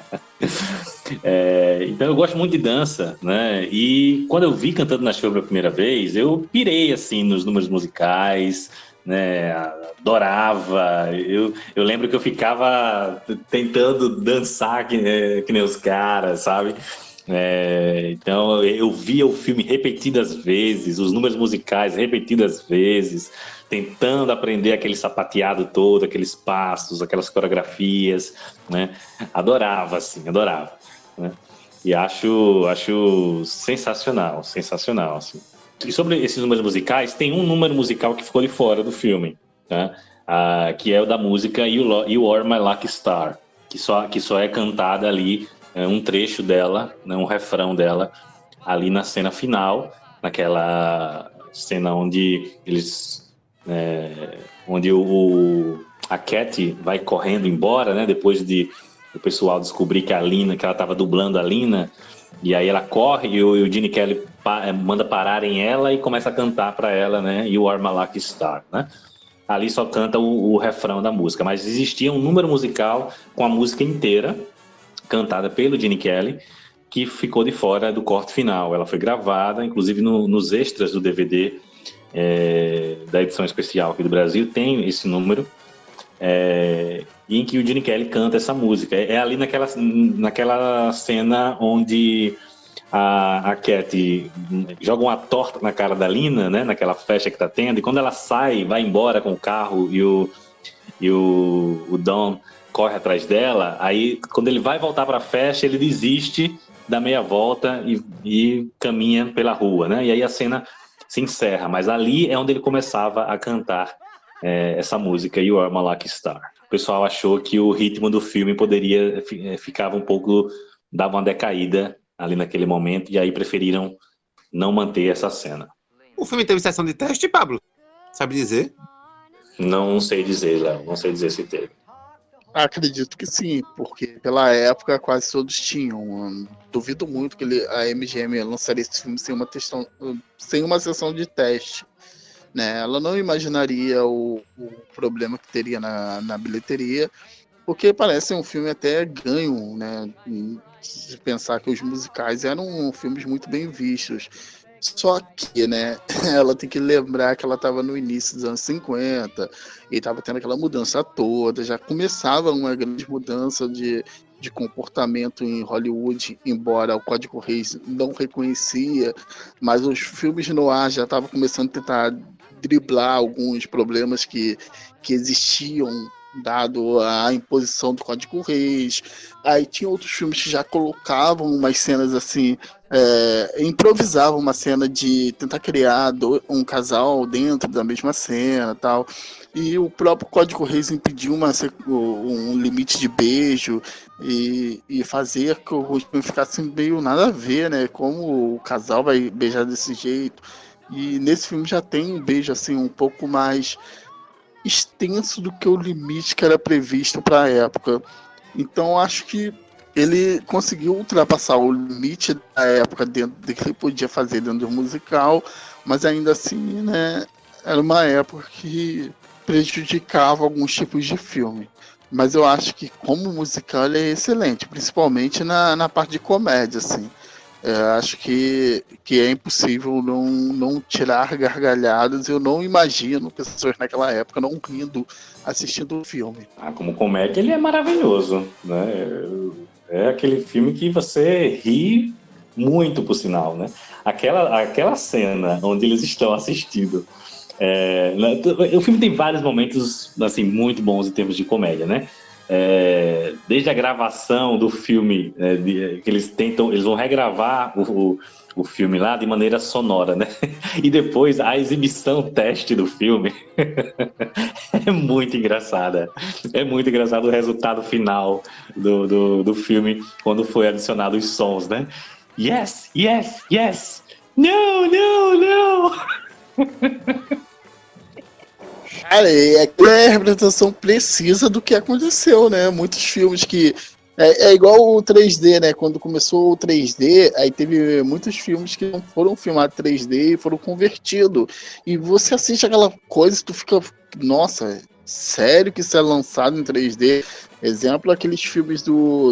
Então eu gosto muito de dança, né? E quando eu vi Cantando na Chuva pela primeira vez, eu pirei assim nos números musicais, né, adorava. Eu lembro que eu ficava tentando dançar que nem os caras, sabe? Então eu via o filme repetidas vezes, os números musicais repetidas vezes, tentando aprender aquele sapateado todo, aqueles passos, aquelas coreografias, né? Adorava, assim, adorava, né? E acho sensacional, assim. E sobre esses números musicais, tem um número musical que ficou de fora do filme, tá? Que é o da música You Are My Lucky Star, que só é cantada ali, um trecho dela, né, um refrão dela, ali na cena final, naquela cena onde onde a Cat vai correndo embora, né, depois de o pessoal descobrir que ela estava dublando a Lina. E aí ela corre e o Gene Kelly manda pararem ela e começa a cantar para ela, né? You Are My Lucky Star, né? Ali só canta o refrão da música, mas existia um número musical com a música inteira, cantada pelo Gene Kelly, que ficou de fora do corte final. Ela foi gravada, inclusive nos extras do DVD da edição especial aqui do Brasil, tem esse número, em que o Gene Kelly canta essa música. É ali naquela cena onde a Cat joga uma torta na cara da Lina, né, naquela festa que tá tendo, e quando ela sai, vai embora com o carro e o Don corre atrás dela, aí quando ele vai voltar para a festa, ele desiste, dá meia volta e caminha pela rua, né, e aí a cena se encerra, mas ali é onde ele começava a cantar essa música, You Are My Lucky Star. O pessoal achou que o ritmo do filme ficava um pouco, dava uma decaída ali naquele momento, e aí preferiram não manter essa cena. O filme teve sessão de teste, Pablo? Sabe dizer? Não sei dizer, Léo, não sei dizer se teve. Acredito que sim, porque pela época quase todos tinham. Duvido muito que a MGM lançaria esse filme sem uma sessão de teste. Né? Ela não imaginaria o problema que teria na bilheteria, porque parece um filme até ganho, né? Se pensar que os musicais eram filmes muito bem vistos. Só que, né, ela tem que lembrar que ela estava no início dos anos 50 e estava tendo aquela mudança toda, já começava uma grande mudança de comportamento em Hollywood, embora o Código Reis não reconhecia, mas os filmes noir já estavam começando a tentar driblar alguns problemas que existiam, dado a imposição do Código Reis. Aí tinha outros filmes que já colocavam umas cenas assim, improvisavam uma cena de tentar criar um casal dentro da mesma cena, tal. E o próprio Código Reis impediu um limite de beijo e fazer que o filme ficasse meio nada a ver, né? Como o casal vai beijar desse jeito. E nesse filme já tem um beijo assim um pouco mais extenso do que o limite que era previsto para a época. Então acho que ele conseguiu ultrapassar o limite da época dentro do que ele podia fazer dentro do musical, mas ainda assim, né, era uma época que prejudicava alguns tipos de filme. Mas eu acho que como musical ele é excelente, principalmente na parte de comédia, assim. Acho que é impossível não tirar gargalhadas. Eu não imagino pessoas naquela época não rindo assistindo o filme. Como comédia ele é maravilhoso, né? É aquele filme que você ri muito, por sinal, né? Aquela cena onde eles estão assistindo. O filme tem vários momentos assim, muito bons em termos de comédia, né? Desde a gravação do filme, que eles vão regravar o filme lá de maneira sonora, né? E depois a exibição teste do filme é muito engraçada. É muito engraçado o resultado final do filme quando foi adicionado os sons, né? Yes, yes, yes. No, no, no. Cara, aquilo é a representação precisa do que aconteceu, né? Muitos filmes que... É igual o 3D, né? Quando começou o 3D, aí teve muitos filmes que não foram filmados 3D e foram convertidos. E você assiste aquela coisa e tu fica... Nossa, sério que isso é lançado em 3D? Exemplo, aqueles filmes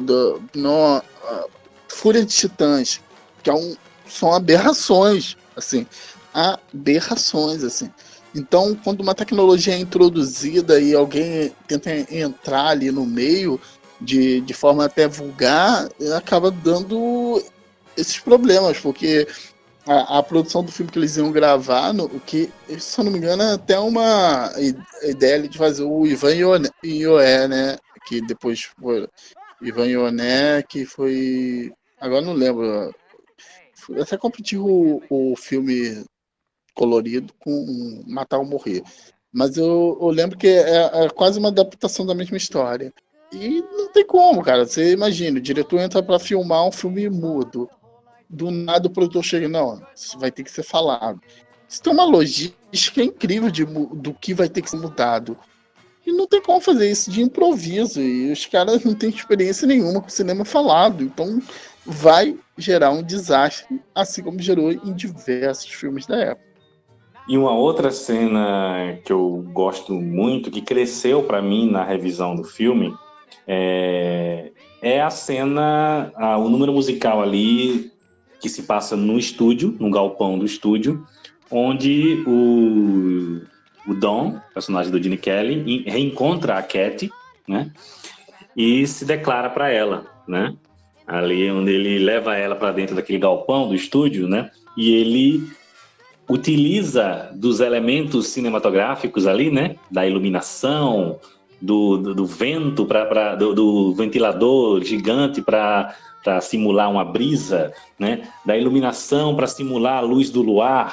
Fúria de Titãs, que são aberrações, assim. Aberrações, assim. Então, quando uma tecnologia é introduzida e alguém tenta entrar ali no meio de forma até vulgar, acaba dando esses problemas, porque a produção do filme que eles iam gravar, que, se eu não me engano, é até uma ideia de fazer o Ivan Ioné, né? Que depois foi Ivan Ioné, que foi... Agora não lembro. Até competiu o filme colorido com Matar ou Morrer. Mas eu lembro que é quase uma adaptação da mesma história. E não tem como, cara. Você imagina, o diretor entra pra filmar um filme mudo. Do nada o produtor chega, não, isso vai ter que ser falado. Isso tem uma logística incrível do que vai ter que ser mudado. E não tem como fazer isso de improviso. E os caras não têm experiência nenhuma com cinema falado. Então vai gerar um desastre, assim como gerou em diversos filmes da época. E uma outra cena que eu gosto muito, que cresceu para mim na revisão do filme, é a cena, o número musical ali que se passa no estúdio, no galpão do estúdio, onde o Don, personagem do Gene Kelly, reencontra a Katy, né? E se declara para ela, né? Ali onde ele leva ela para dentro daquele galpão do estúdio, né? E ele utiliza dos elementos cinematográficos ali, né? Da iluminação, do vento, do ventilador gigante para simular uma brisa, né? Da iluminação para simular a luz do luar,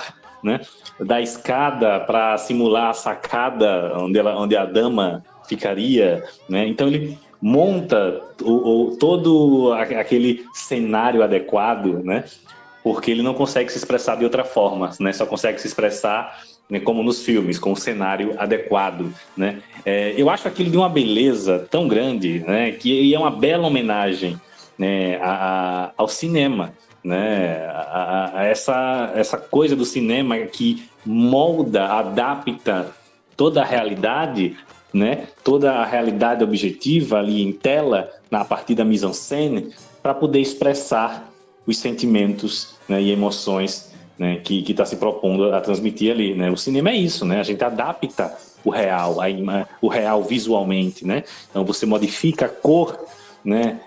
né? Da escada para simular a sacada onde a dama ficaria, né? Então ele monta todo aquele cenário adequado, né? Porque ele não consegue se expressar de outra forma, né? Só consegue se expressar, né, como nos filmes, com o cenário adequado, né? Eu acho aquilo de uma beleza tão grande, né? Que é uma bela homenagem, né, ao cinema, né? A essa coisa do cinema que molda, adapta toda a realidade, né? Toda a realidade objetiva ali em tela, a partir da mise-en-scène, para poder expressar os sentimentos, né, e emoções, né, que está se propondo a transmitir ali, né? O cinema é isso, né? A gente adapta o real visualmente, né? Então você modifica a cor, né?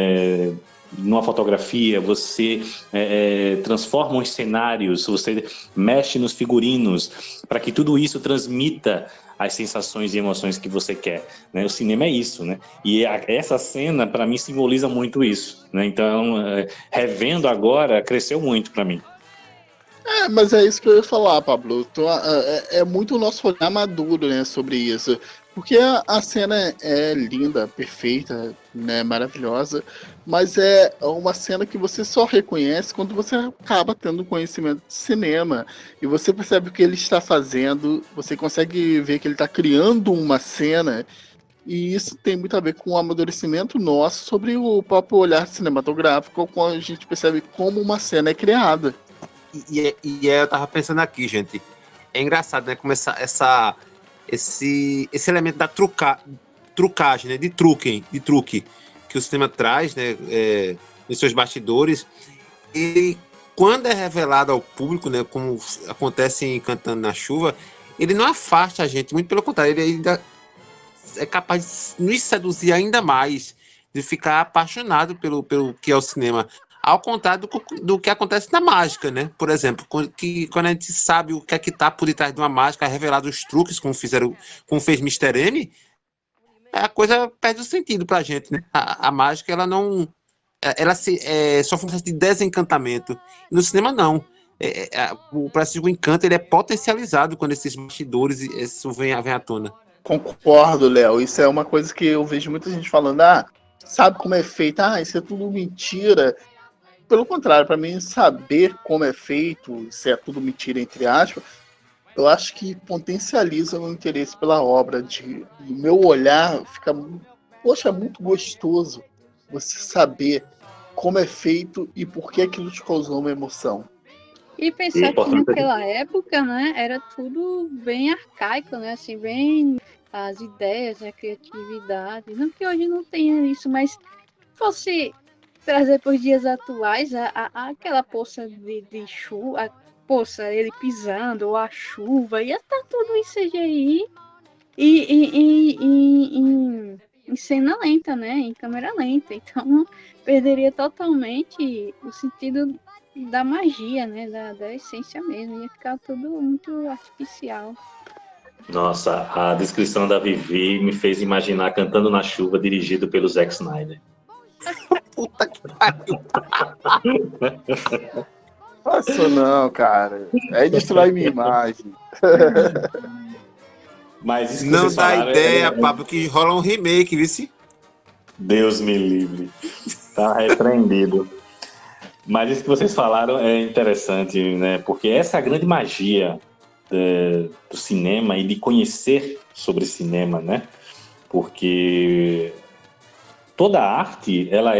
Numa fotografia, você transforma os cenários, você mexe nos figurinos para que tudo isso transmita as sensações e emoções que você quer, né? O cinema é isso, né? E essa cena, para mim, simboliza muito isso, né? Então, revendo agora, cresceu muito para mim. Mas é isso que eu ia falar, Pablo. É muito o nosso olhar maduro, né, sobre isso. Porque a cena é linda, perfeita, né, maravilhosa, mas é uma cena que você só reconhece quando você acaba tendo conhecimento de cinema. E você percebe o que ele está fazendo, você consegue ver que ele está criando uma cena, e isso tem muito a ver com o amadurecimento nosso sobre o próprio olhar cinematográfico, quando a gente percebe como uma cena é criada. Eu tava pensando aqui, gente, é engraçado, né, como esse elemento da trucagem, né, de truque que o cinema traz, né, nos seus bastidores, e quando é revelado ao público, né, como acontece em Cantando na Chuva, ele não afasta a gente, muito pelo contrário, ele ainda é capaz de nos seduzir ainda mais, de ficar apaixonado pelo que é o cinema. Ao contrário do que acontece na mágica, né? Por exemplo, quando a gente sabe o que é que está por detrás de uma mágica, é revelado os truques, como fez Mr. M, a coisa perde o sentido pra gente, né? A mágica, ela não... só foi um processo de desencantamento. No cinema, não. O processo do encanto, ele é potencializado quando esses bastidores isso vem à tona. Concordo, Léo. Isso é uma coisa que eu vejo muita gente falando, sabe como é feito? Isso é tudo mentira. Pelo contrário, para mim, saber como é feito, se é tudo mentira, entre aspas, eu acho que potencializa o meu interesse pela obra. O meu olhar fica, muito gostoso você saber como é feito e por que aquilo te causou uma emoção. E pensar que naquela época, né, era tudo bem arcaico, né, assim, bem as ideias, a criatividade. Não que hoje não tenha isso, mas fosse trazer para os dias atuais aquela poça de chuva, a poça, ele pisando, ou a chuva, ia estar tudo em CGI e em cena lenta, né? Em câmera lenta. Então, perderia totalmente o sentido da magia, né? Da essência mesmo. Ia ficar tudo muito artificial. Nossa, a descrição da Vivi me fez imaginar Cantando na Chuva, dirigido pelo Zack Snyder. Puta que pariu. Nossa, não, cara. Destrói minha imagem. Mas isso que não vocês dá falaram, ideia, Pablo, que rola um remake, vice? Deus me livre. Tá repreendido. Mas isso que vocês falaram é interessante, né? Porque essa é a grande magia do cinema e de conhecer sobre cinema, né? Porque toda arte, ela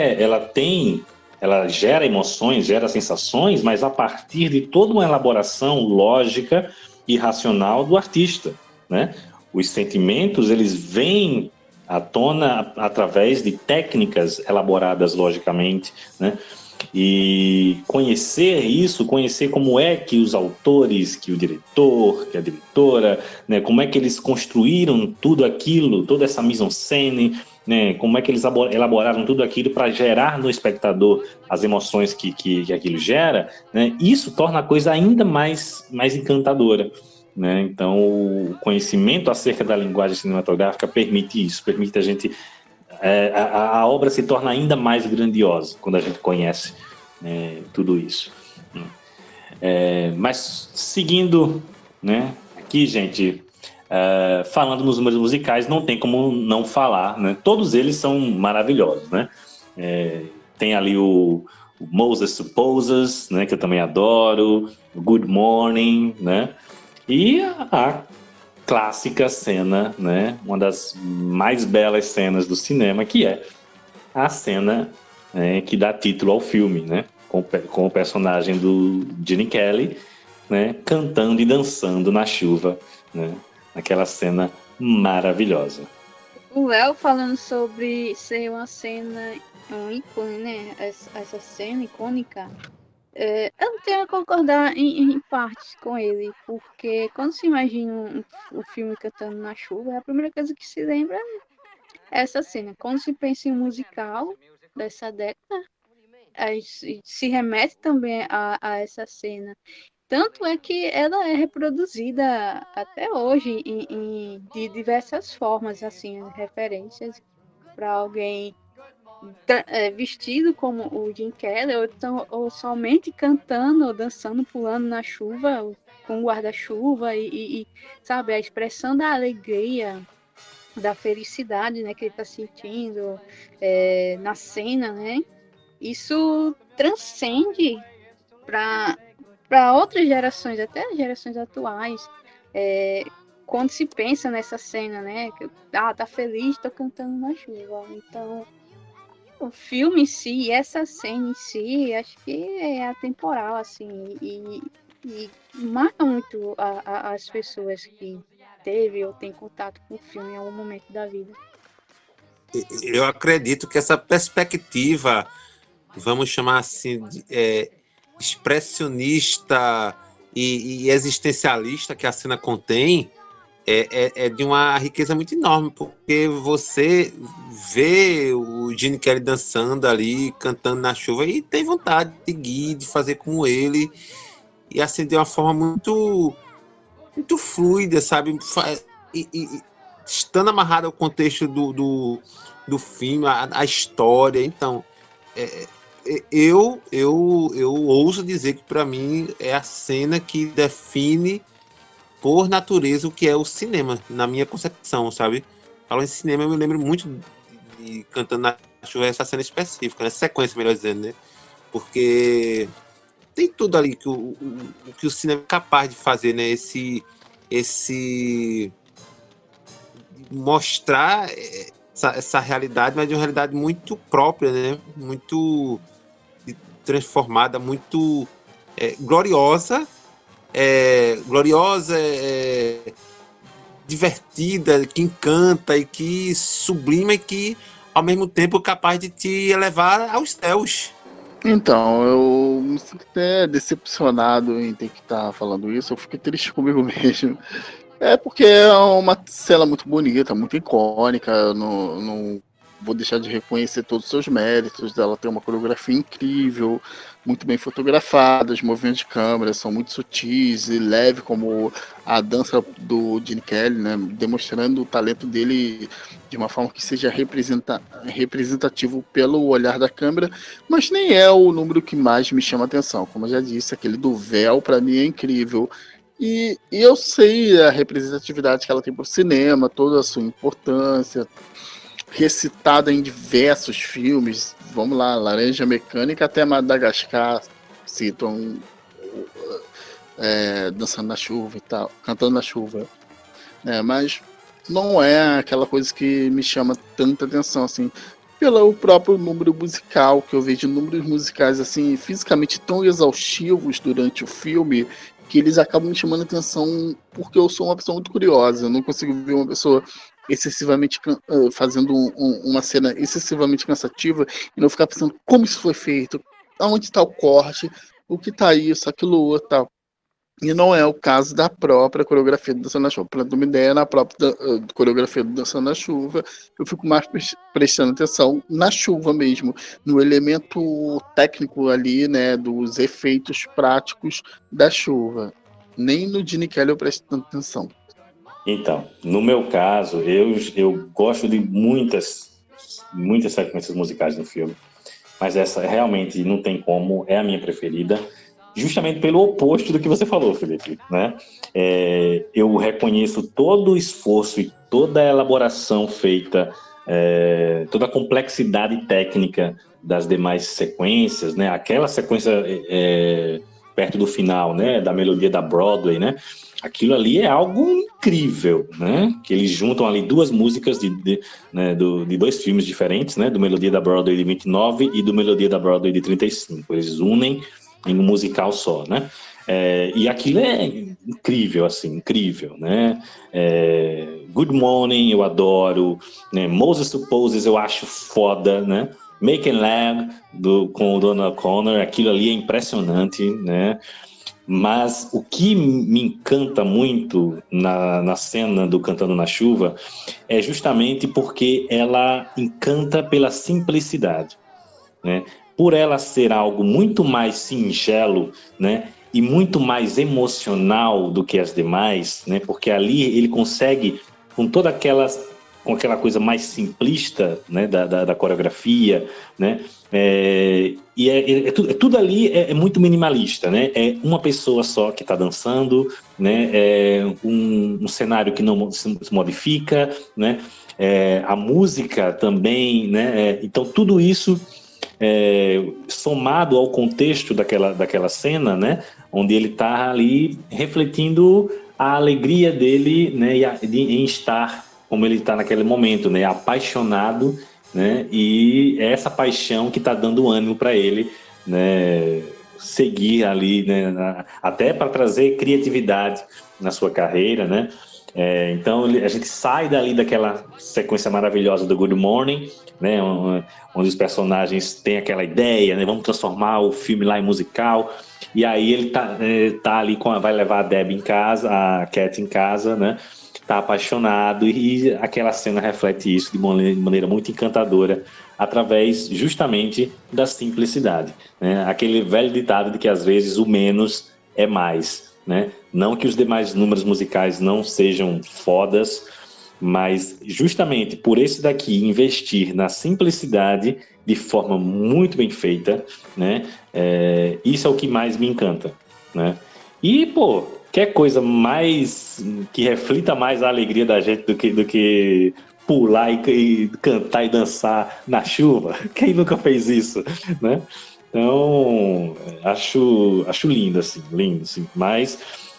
gera emoções, gera sensações, mas a partir de toda uma elaboração lógica e racional do artista, né? Os sentimentos, eles vêm à tona através de técnicas elaboradas logicamente, né? E conhecer isso, conhecer como é que os autores, que o diretor, que a diretora, né, como é que eles construíram tudo aquilo, toda essa mise-en-scène, né, como é que eles elaboraram tudo aquilo para gerar no espectador as emoções que aquilo gera, né, isso torna a coisa ainda mais encantadora, né? Então, o conhecimento acerca da linguagem cinematográfica permite isso, permite a gente... a obra se torna ainda mais grandiosa quando a gente conhece tudo isso. Mas seguindo, né? Aqui, gente, falando nos números musicais, não tem como não falar, né? Todos eles são maravilhosos, né? Tem ali o Moses Supposes, né? Que eu também adoro, o Good Morning, né? E a clássica cena, né? Uma das mais belas cenas do cinema, que é a cena que dá título ao filme, né? Com o personagem do Gene Kelly, né? Cantando e dançando na chuva, né? Aquela cena maravilhosa. O Léo falando sobre ser uma cena, um ícone, né? Essa cena icônica. Eu não tenho a concordar em partes com ele, porque quando se imagina o filme cantando na chuva, a primeira coisa que se lembra é essa cena. Quando se pensa em um musical dessa década, se remete também a essa cena. Tanto é que ela é reproduzida até hoje de diversas formas, assim, referências para alguém vestido como o Jim Kelly, ou somente cantando, ou dançando, pulando na chuva, com o guarda-chuva, e sabe, a expressão da alegria, da felicidade, né, que ele está sentindo na cena, né? Isso transcende para outras gerações, até as gerações atuais, quando se pensa nessa cena, né? Que, tá feliz, tô cantando na chuva. Então, o filme em si, essa cena em si, acho que é atemporal, assim, e marca muito as pessoas que teve ou tem contato com o filme em algum momento da vida. Eu acredito que essa perspectiva, vamos chamar assim, expressionista e existencialista que a cena contém, é de uma riqueza muito enorme, porque você vê o Gene Kelly dançando ali, cantando na chuva, e tem vontade de seguir, de fazer como ele, e assim, de uma forma muito, muito fluida, sabe? E estando amarrado ao contexto do filme, a história. Então, eu ouso dizer que, para mim, é a cena que define por natureza o que é o cinema, na minha concepção, sabe? Falando em cinema, eu me lembro muito de Cantando na Chuva, essa cena específica, essa sequência, melhor dizendo, né? Porque tem tudo ali que o cinema é capaz de fazer, né? Esse mostrar essa realidade, mas de uma realidade muito própria, né? Muito transformada, muito gloriosa, divertida, que encanta e que sublima e que, ao mesmo tempo, é capaz de te elevar aos céus. Então, eu me sinto até decepcionado em ter que estar falando isso. Eu fiquei triste comigo mesmo. Porque é uma cena muito bonita, muito icônica. Eu não vou deixar de reconhecer todos os seus méritos. Ela tem uma coreografia incrível, muito bem fotografada. Os movimentos de câmera são muito sutis e leve, como a dança do Gene Kelly, né? Demonstrando o talento dele de uma forma que seja representativo pelo olhar da câmera, mas nem é o número que mais me chama a atenção. Como eu já disse, aquele do véu, para mim, é incrível. E eu sei a representatividade que ela tem para o cinema, toda a sua importância, recitada em diversos filmes. Vamos lá, Laranja Mecânica até Madagascar citam dançando na chuva e tal, cantando na chuva. Mas não é aquela coisa que me chama tanta atenção, assim, pelo próprio número musical, que eu vejo números musicais, assim, fisicamente tão exaustivos durante o filme, que eles acabam me chamando a atenção, porque eu sou uma pessoa muito curiosa. Eu não consigo ver uma pessoa excessivamente fazendo uma cena excessivamente cansativa e não ficar pensando como isso foi feito, aonde está o corte, o que está isso, aquilo outro, tal. E não é o caso da própria coreografia do Dançando na Chuva. Para ter uma ideia, na própria coreografia do Dançando na Chuva, eu fico mais prestando atenção na chuva mesmo, no elemento técnico ali, né, dos efeitos práticos da chuva. Nem no Gene Kelly eu presto tanta atenção. Então, no meu caso, eu gosto de muitas sequências musicais no filme, mas essa realmente não tem como, é a minha preferida. justamente pelo oposto do que você falou, Felipe, né? Eu reconheço todo o esforço e toda a elaboração feita, toda a complexidade técnica das demais sequências, né? Aquela sequência perto do final, né? Da melodia da Broadway, né? Aquilo ali é algo incrível, né? Que eles juntam ali duas músicas de dois filmes diferentes, né? Do Melodia da Broadway de 29 e do Melodia da Broadway de 35. Eles unem em um musical só, né? E aquilo é incrível, assim, incrível, né? Good Morning eu adoro, né? Moses Supposes eu acho foda, né? Make and Lag com o Donald Connor, aquilo ali é impressionante, né? Mas o que me encanta muito na cena do Cantando na Chuva é justamente porque ela encanta pela simplicidade, né? Por ela ser algo muito mais singelo, né? E muito mais emocional do que as demais, né? Porque ali ele consegue, com aquela coisa mais simplista, né? da coreografia, né? Tudo ali é muito minimalista, né? É uma pessoa só que está dançando, né? É um cenário que não se modifica, né? A música também, né? Então tudo isso somado ao contexto daquela cena, né? Onde ele está ali refletindo a alegria dele, né? Em estar como ele está naquele momento, né? Apaixonado, né? E é essa paixão que está dando ânimo para ele, né? Seguir ali, né? Até para trazer criatividade na sua carreira, né? Então a gente sai dali daquela sequência maravilhosa do Good Morning, né? Onde os personagens têm aquela ideia, né? Vamos transformar o filme lá em musical. E aí ele tá ali vai levar a Deb em casa, a Cat em casa, né? Tá apaixonado, e aquela cena reflete isso de maneira muito encantadora, através justamente da simplicidade, né? Aquele velho ditado de que às vezes o menos é mais, né? Não que os demais números musicais não sejam fodas, mas justamente por esse daqui investir na simplicidade de forma muito bem feita, né? Isso é o que mais me encanta, né? E, pô, quer coisa mais que reflita mais a alegria da gente do que pular e cantar e dançar na chuva? Quem nunca fez isso, né? Então, acho lindo, assim, mas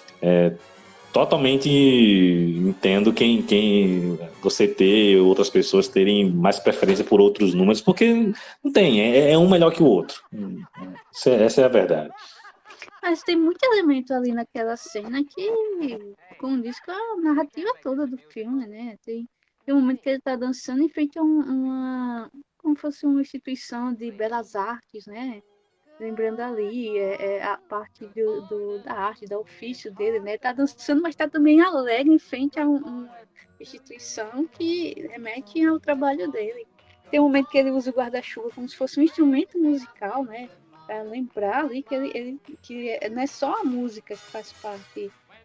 totalmente entendo quem você ter, outras pessoas terem mais preferência por outros números, porque não tem, é um melhor que o outro. Essa é a verdade. Mas tem muito elemento ali naquela cena que condiz com a narrativa toda do filme, né? Tem um momento que ele tá dançando em frente a como fosse uma instituição de belas artes, né? Lembrando ali a parte da arte, do ofício dele, né? Tá dançando, mas tá também alegre em frente a uma instituição que remete ao trabalho dele. Tem um momento que ele usa o guarda-chuva como se fosse um instrumento musical, né? Para lembrar ali que não é só a música que faz parte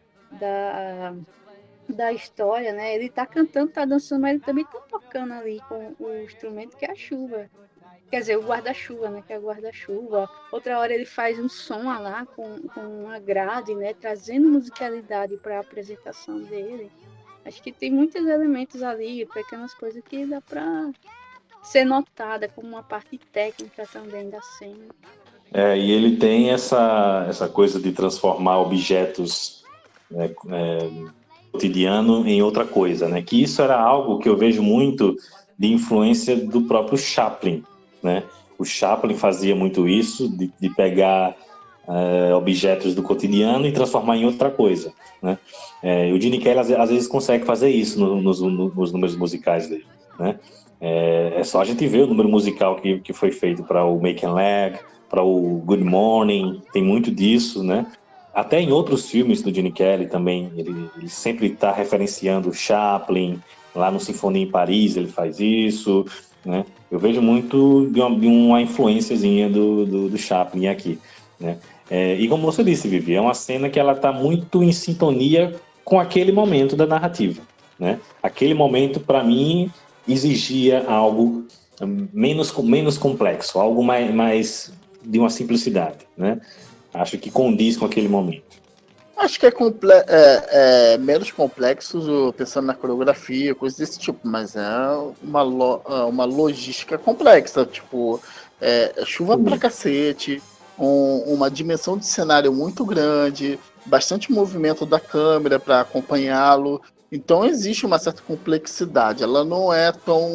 da história, né? Ele tá cantando, tá dançando, mas ele também tá tocando ali com o instrumento que é a chuva. Quer dizer, o guarda-chuva, né? Que é o guarda-chuva. Outra hora ele faz um som lá com uma grade, né? Trazendo musicalidade para a apresentação dele. Acho que tem muitos elementos ali, pequenas coisas que dá para ser notada como uma parte técnica também da cena. E ele tem essa coisa de transformar objetos, né, cotidiano em outra coisa, né? Que isso era algo que eu vejo muito de influência do próprio Chaplin, né? O Chaplin fazia muito isso, de pegar objetos do cotidiano e transformar em outra coisa, né? O Gene Kelly às vezes consegue fazer isso nos números musicais dele, né? É só a gente ver o número musical que foi feito para o Make and Lag, para o Good Morning, tem muito disso, né? Até em outros filmes do Gene Kelly também, ele sempre está referenciando o Chaplin, lá no Sinfonia em Paris ele faz isso, né? Eu vejo muito de uma influênciazinha do Chaplin aqui, né? E como você disse, Vivi, é uma cena que ela está muito em sintonia com aquele momento da narrativa, né? Aquele momento, para mim, exigia algo menos complexo, algo mais de uma simplicidade, né? Acho que condiz com aquele momento. Acho que é menos complexo, pensando na coreografia, coisas desse tipo, mas é uma logística complexa, tipo, chuva pra cacete, uma dimensão de cenário muito grande, bastante movimento da câmera para acompanhá-lo, então existe uma certa complexidade, ela não é tão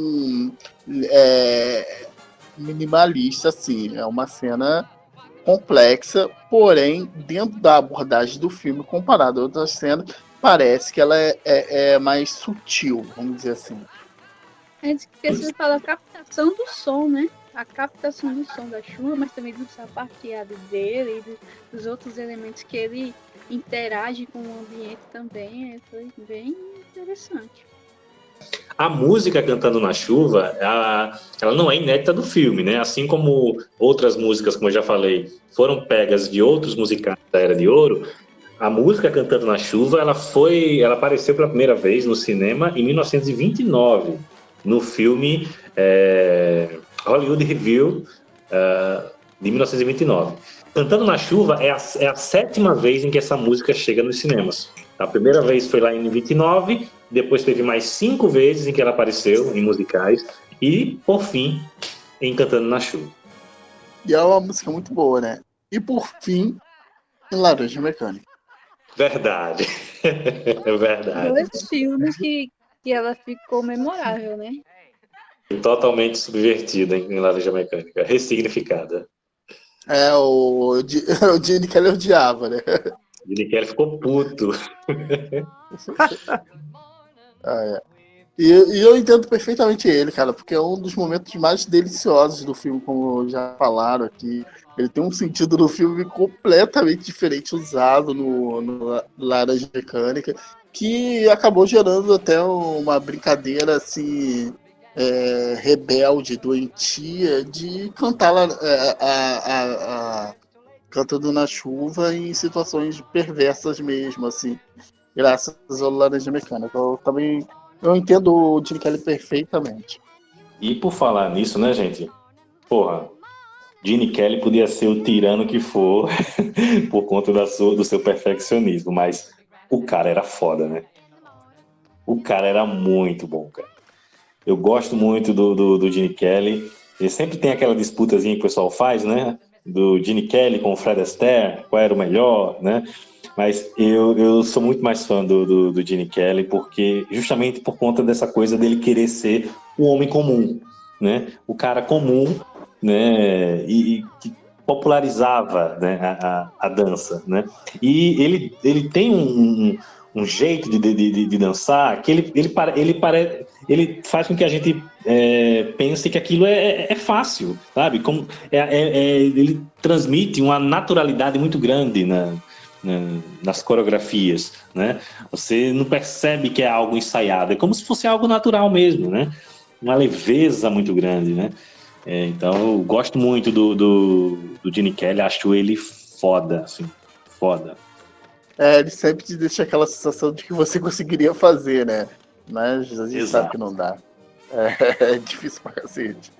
minimalista assim, é uma cena complexa, porém, dentro da abordagem do filme, comparado a outras cenas, parece que ela é mais sutil, vamos dizer assim. Porque você fala a captação do som, né? A captação do som da chuva, mas também do sapateado dele e dos outros elementos que ele interage com o ambiente também, foi bem interessante. A música Cantando na Chuva, ela não é inédita do filme, né? Assim como outras músicas, como eu já falei, foram pegas de outros musicais da Era de Ouro, a música Cantando na Chuva, ela apareceu pela primeira vez no cinema em 1929, no filme Hollywood Review, de 1929. Cantando na Chuva é a 7ª vez em que essa música chega nos cinemas. A primeira vez foi lá em 29, depois teve mais 5 vezes em que ela apareceu em musicais e, por fim, em Cantando na Chuva. E é uma música muito boa, né? E, por fim, em Laranja Mecânica. Verdade. É verdade. 2 filmes que ela ficou memorável, né? Totalmente subvertida em Laranja Mecânica, ressignificada. O Gene Kelly odiava, né? Gene Kelly ficou puto. E eu entendo perfeitamente ele, cara, porque é um dos momentos mais deliciosos do filme, como já falaram aqui. Ele tem um sentido no filme completamente diferente usado no Laranja Mecânica, que acabou gerando até uma brincadeira assim, rebelde, doentia, de cantar Cantando na Chuva em situações perversas mesmo, assim, graças ao Laranja Mecânica. Eu entendo o Gene Kelly perfeitamente. E por falar nisso, né, gente? Porra, Gene Kelly podia ser o tirano que for por conta do seu perfeccionismo, mas o cara era foda, né? O cara era muito bom, cara. Eu gosto muito do Gene Kelly. Ele sempre tem aquela disputazinha que o pessoal faz, né? Do Gene Kelly com o Fred Astaire, qual era o melhor, né? Mas eu sou muito mais fã do Gene Kelly, porque justamente por conta dessa coisa dele querer ser o homem comum, né? O cara comum, né? E que popularizava, né? a dança, né? E ele tem um jeito de dançar que ele faz com que a gente pense que aquilo é fácil, sabe? Como ele transmite uma naturalidade muito grande nas coreografias, né? Você não percebe que é algo ensaiado, é como se fosse algo natural mesmo, né? Uma leveza muito grande, né? Então eu gosto muito do Gene Kelly, acho ele foda, assim, foda. Ele sempre te deixa aquela sensação de que você conseguiria fazer, né? Mas a gente sabe que não dá. É difícil pra cacete.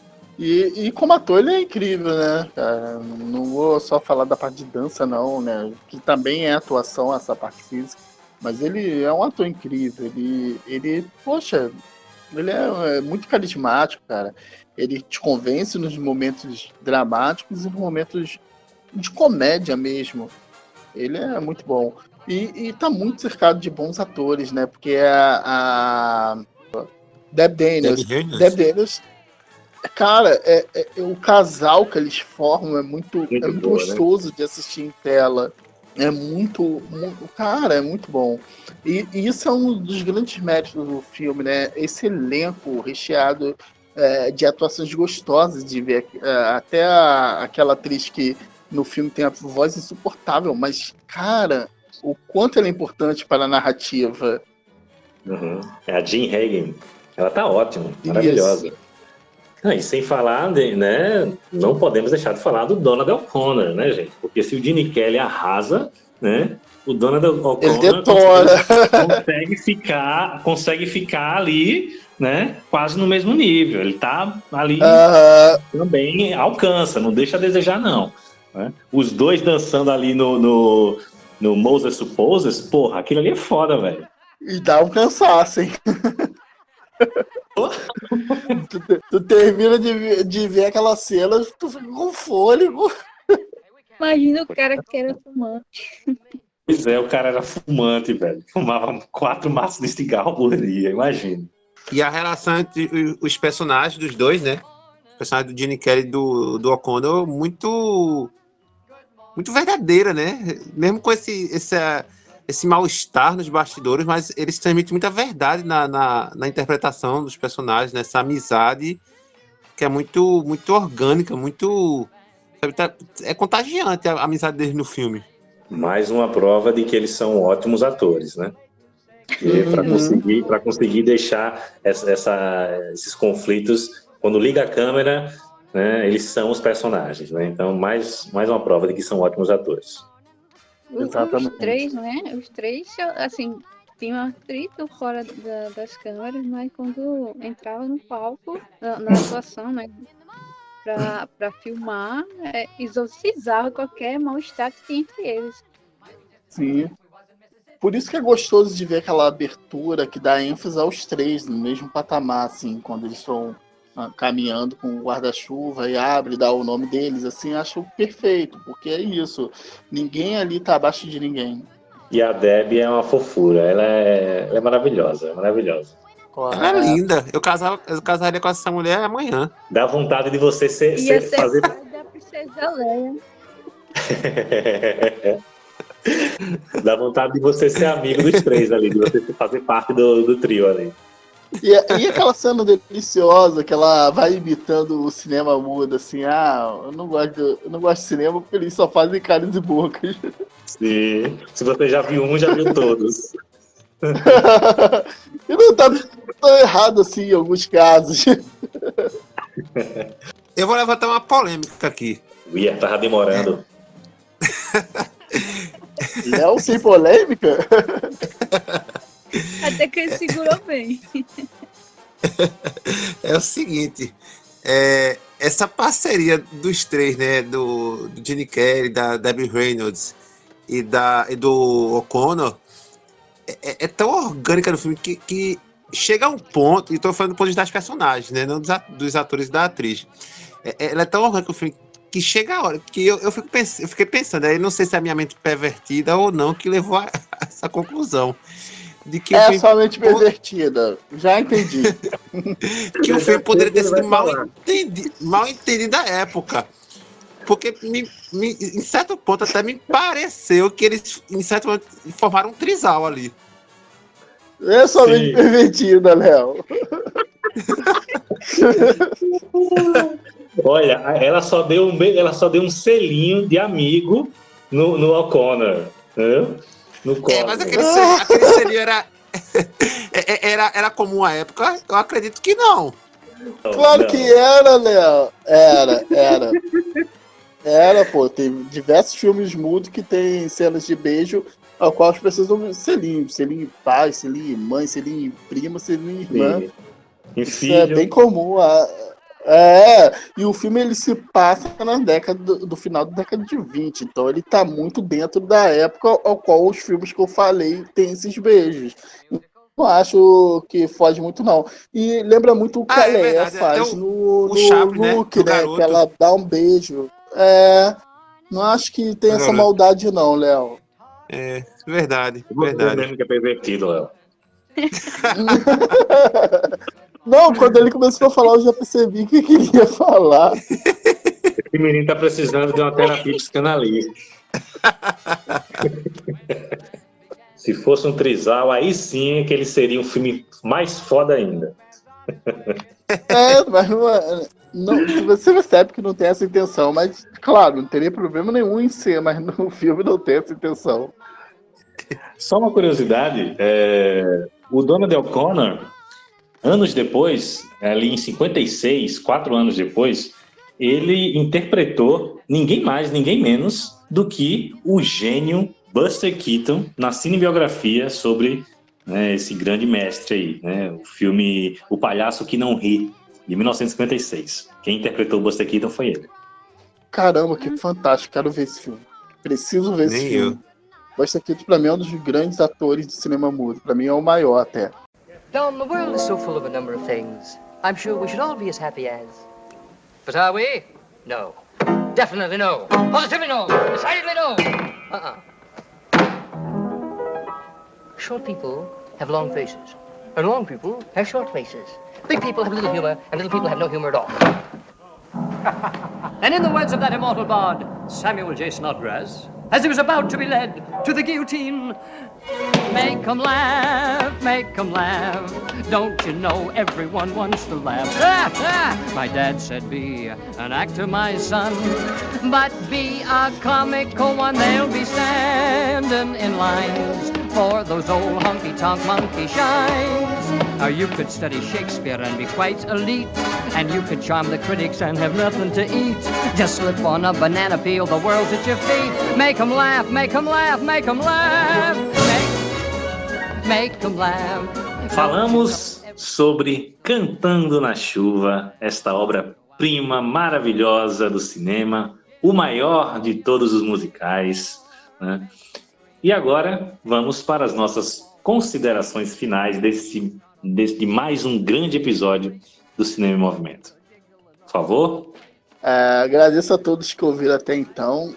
E como ator ele é incrível, né? Não vou só falar da parte de dança, não, né? Que também é atuação, essa parte física. Mas ele é um ator incrível. Poxa, ele é muito carismático, cara. Ele te convence nos momentos dramáticos e nos momentos de comédia mesmo. Ele é muito bom. E tá muito cercado de bons atores, né? Porque a Deb Daniels, cara, o casal que eles formam é muito boa, gostoso, né? De assistir em tela. É muito, cara, é muito bom. E isso é um dos grandes méritos do filme, né? Esse elenco recheado de atuações gostosas de ver. Até aquela atriz que no filme tem a voz insuportável, mas, cara, o quanto ela é importante para a narrativa. Uhum. É a Jean Hagen. Ela tá ótima, maravilhosa. E sem falar, né, não podemos deixar de falar do Donald O'Connor, né, gente? Porque se o Gene Kelly arrasa, né, o Donald O'Connor consegue ficar ali, né, quase no mesmo nível. Ele tá ali também, alcança, não deixa a desejar, não. né? Os dois dançando ali no Moses Supposes, porra, aquilo ali é foda, velho. E dá um cansaço, hein? tu termina de ver aquela cena, tu fica com fôlego. Imagina o cara que era fumante. Pois é, o cara era fumante, velho. Fumava 4 maços de cigarro por dia, imagina. E a relação entre os personagens dos dois, né? O personagem do Gene Kelly e do O'Connor, muito verdadeira, né? Mesmo com esse mal-estar nos bastidores, mas eles transmitem muita verdade na interpretação dos personagens, nessa amizade que é muito, muito orgânica, muito... Sabe, é contagiante a amizade deles no filme. Mais uma prova de que eles são ótimos atores, né? Para conseguir deixar esses conflitos, quando liga a câmera, né, eles são os personagens, né? Então, mais uma prova de que são ótimos atores. Os três, né? Os três, assim, tinham atrito fora das câmeras, mas quando entrava no palco, na atuação, né? Pra filmar, exorcizava qualquer mal-estar que tinha entre eles. Sim. Por isso que é gostoso de ver aquela abertura que dá ênfase aos três, no mesmo patamar, assim, quando eles estão caminhando com o guarda-chuva e abre, dá o nome deles, assim, acho perfeito, porque é isso. Ninguém ali tá abaixo de ninguém. E a Debbie é uma fofura, ela é maravilhosa, é maravilhosa. Ela é linda. Eu casaria com essa mulher amanhã. Dá vontade de você fazer pai da princesa Leia. Dá vontade de você ser amigo dos três ali, de você fazer parte do trio ali. E aquela cena deliciosa que ela vai imitando o cinema mudo, assim, eu não gosto de cinema porque eles só fazem caras e bocas. Sim. Se você já viu um, já viu todos. E não tá tão errado assim em alguns casos. Eu vou levantar uma polêmica aqui. Ia, tava demorando. Léo sem polêmica? Até que ele segurou bem. É o seguinte, essa parceria dos três, né, do Gene Kelly, da Debbie Reynolds e do O'Connor, é tão orgânica no filme que chega a um ponto, e estou falando do ponto de vista das personagens, né, não dos atores e da atriz. Ela é tão orgânica no filme que chega a hora que eu fiquei pensando, aí não sei se é a minha mente pervertida ou não que levou a essa conclusão. De que somente pervertida, já entendi. Que o filme poderia ter sido mal entendido da época. Porque em certo ponto até me pareceu que eles, em certo momento, formaram um trisal ali. É somente pervertida, Léo. Olha, ela só deu um selinho de amigo no O'Connor, né? Mas aquele selinho era comum à época? Eu acredito que não. Claro que era, Léo. Era, pô. Tem diversos filmes mudos que tem cenas de beijo ao qual as pessoas dão selinho pai, selinho mãe, selinho prima, selinho irmã. Isso é bem comum. E o filme ele se passa na década do final da década de 20, então ele tá muito dentro da época ao qual os filmes que eu falei tem esses beijos. Não acho que foge muito, não. E lembra muito o que a Leia faz no Chaves, Luke, né? Que ela dá um beijo. Não acho que tem essa maldade, não, Léo. Verdade. Você mesmo que é pervertido, Léo. Não, quando ele começou a falar, eu já percebi que queria falar. Esse menino tá precisando de uma terapia psicanalítica. Se fosse um trisal, aí sim é que ele seria um filme mais foda ainda. Mas não, você percebe que não tem essa intenção, mas, claro, não teria problema nenhum em ser, mas no filme não tem essa intenção. Só uma curiosidade, o Donald O'Connor, anos depois, ali em 56, 4 anos depois, ele interpretou ninguém mais, ninguém menos do que o gênio Buster Keaton na cinebiografia sobre, né, esse grande mestre aí, né, o filme O Palhaço que Não Ri, de 1956. Quem interpretou o Buster Keaton foi ele. Caramba, que fantástico. Quero ver esse filme. Preciso ver esse Nem filme. Buster Keaton, pra mim, é um dos grandes atores de cinema mudo. Pra mim, é o maior até. Now, the world is so full of a number of things. I'm sure we should all be as happy as. But are we? No. Definitely no. Positively no. Decidedly no. Short people have long faces. And long people have short faces. Big people have little humor, and little people have no humor at all. And in the words of that immortal bard, Samuel J. Snodgrass, as he was about to be led to the guillotine, make 'em laugh, make 'em laugh. Don't you know everyone wants to laugh? My dad said be an actor, my son, but be a comical one. They'll be standing in lines for those old honky-tonk monkey shines. Or you could study Shakespeare and be quite elite, and you could charm the critics and have nothing to eat. Just slip on a banana peel, the world's at your feet. Make 'em laugh, make 'em laugh, make 'em laugh. Make 'em laugh. Falamos sobre Cantando na Chuva, esta obra-prima maravilhosa do cinema, o maior de todos os musicais, né? E agora vamos para as nossas considerações finais de mais um grande episódio do Cinema em Movimento. Por favor. Agradeço a todos que ouviram até então.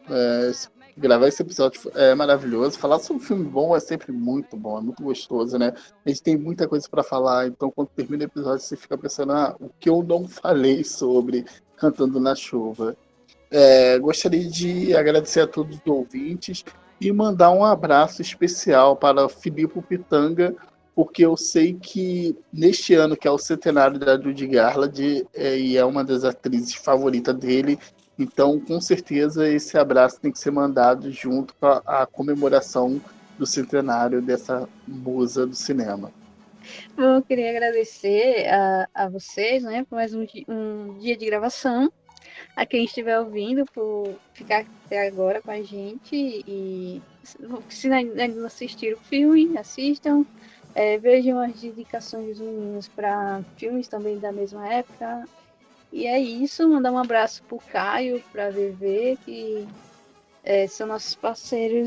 Gravar esse episódio é maravilhoso. Falar sobre um filme bom é sempre muito bom, é muito gostoso, né? A gente tem muita coisa para falar, então quando termina o episódio você fica pensando, o que eu não falei sobre Cantando na Chuva. Gostaria de agradecer a todos os ouvintes e mandar um abraço especial para o Filipe Pitanga, porque eu sei que neste ano, que é o centenário da Judy Garland, e é uma das atrizes favoritas dele, então com certeza esse abraço tem que ser mandado junto com a comemoração do centenário dessa musa do cinema. Bom, eu queria agradecer a vocês, né, por mais um dia de gravação, a quem estiver ouvindo por ficar até agora com a gente, e se ainda não assistiram o filme, assistam. Vejam as indicações dos meninos para filmes também da mesma época. E é isso, mandar um abraço pro Caio, pra VV, que são nossos parceiros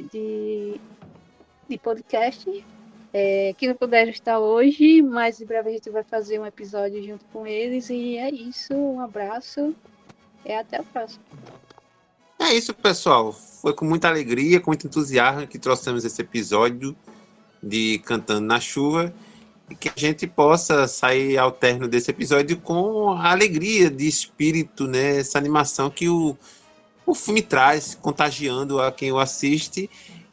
de podcast, que não puderam estar hoje, mas em breve a gente vai fazer um episódio junto com eles. E é isso, um abraço e até a próxima. É isso, pessoal. Foi com muita alegria, com muito entusiasmo que trouxemos esse episódio de Cantando na Chuva, e que a gente possa sair ao término desse episódio com a alegria de espírito, né? Essa animação que o filme traz, contagiando a quem o assiste.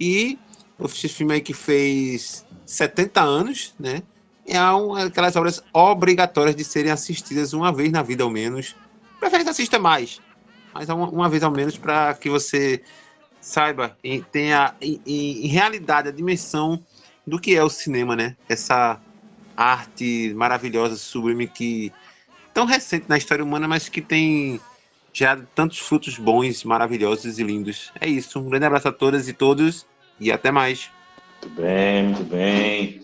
E esse filme aí que fez 70 anos, né? É aquelas obras obrigatórias de serem assistidas uma vez na vida, ao menos. Preferência assista mais, mas uma vez ao menos, para que você saiba e tenha em realidade a dimensão do que é o cinema, né? Essa arte maravilhosa, sublime, que tão recente na história humana, mas que tem gerado tantos frutos bons, maravilhosos e lindos. É isso. Um grande abraço a todas e todos e até mais. Muito bem, muito bem.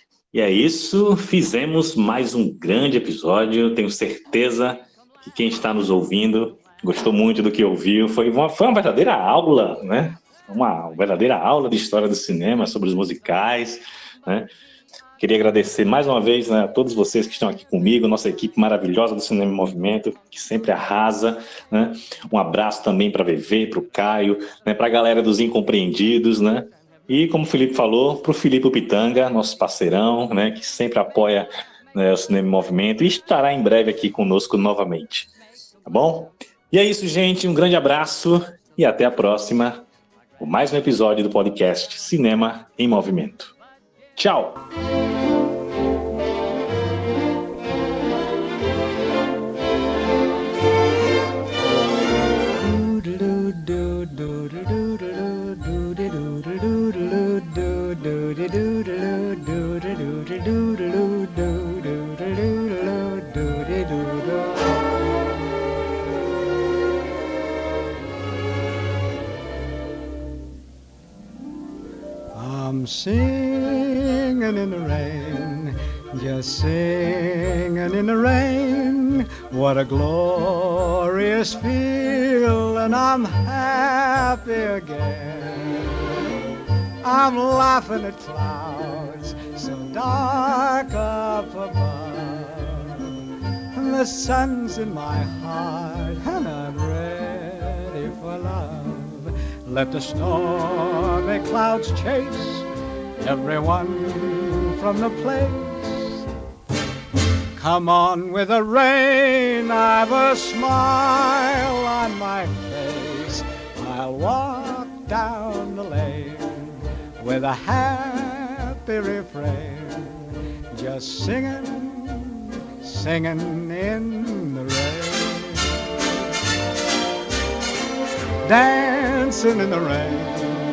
E é isso. Fizemos mais um grande episódio. Tenho certeza que quem está nos ouvindo gostou muito do que ouviu. Foi uma verdadeira aula, né? Uma verdadeira aula de história do cinema, sobre os musicais, né? Queria agradecer mais uma vez, né, a todos vocês que estão aqui comigo, nossa equipe maravilhosa do Cinema em Movimento, que sempre arrasa, né? Um abraço também para a VV, para o Caio, né, para a galera dos Incompreendidos, né? E como o Felipe falou, para o Filipe Pitanga, nosso parceirão, né, que sempre apoia, né, o Cinema em Movimento, e estará em breve aqui conosco novamente. Tá bom? E é isso, gente. Um grande abraço e até a próxima com mais um episódio do podcast Cinema em Movimento. Tchau! I'm singing in the rain, just singing in the rain. What a glorious feeling, I'm happy again. I'm laughing at clouds so dark up above, and the sun's in my heart, and I'm ready for love. Let the stormy clouds chase everyone from the place. Come on with the rain, I've a smile on my face. I'll walk down the lane with a happy refrain, just singing, singing in the rain, dancing in the rain.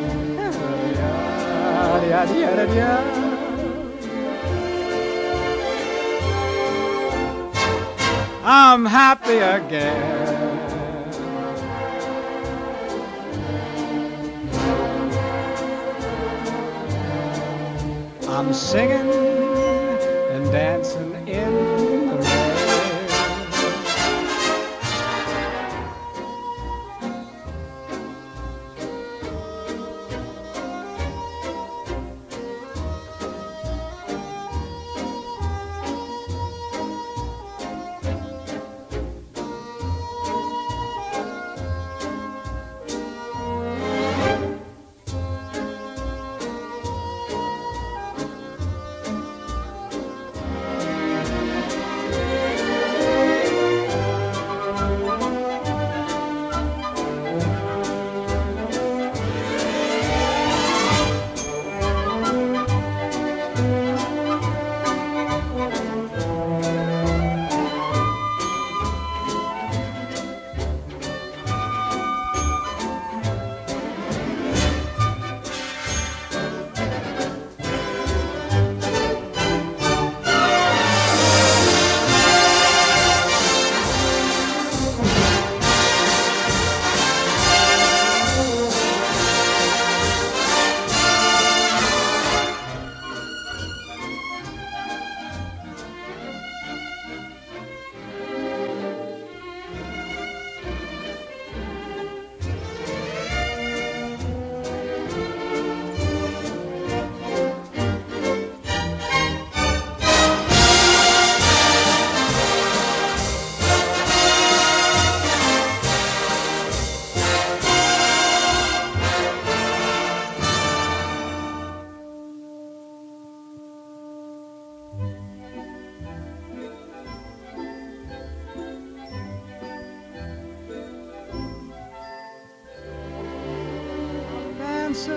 I'm happy again. I'm singing and dancing in the rain.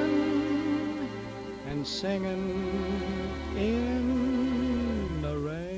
Dancing and singing in the rain.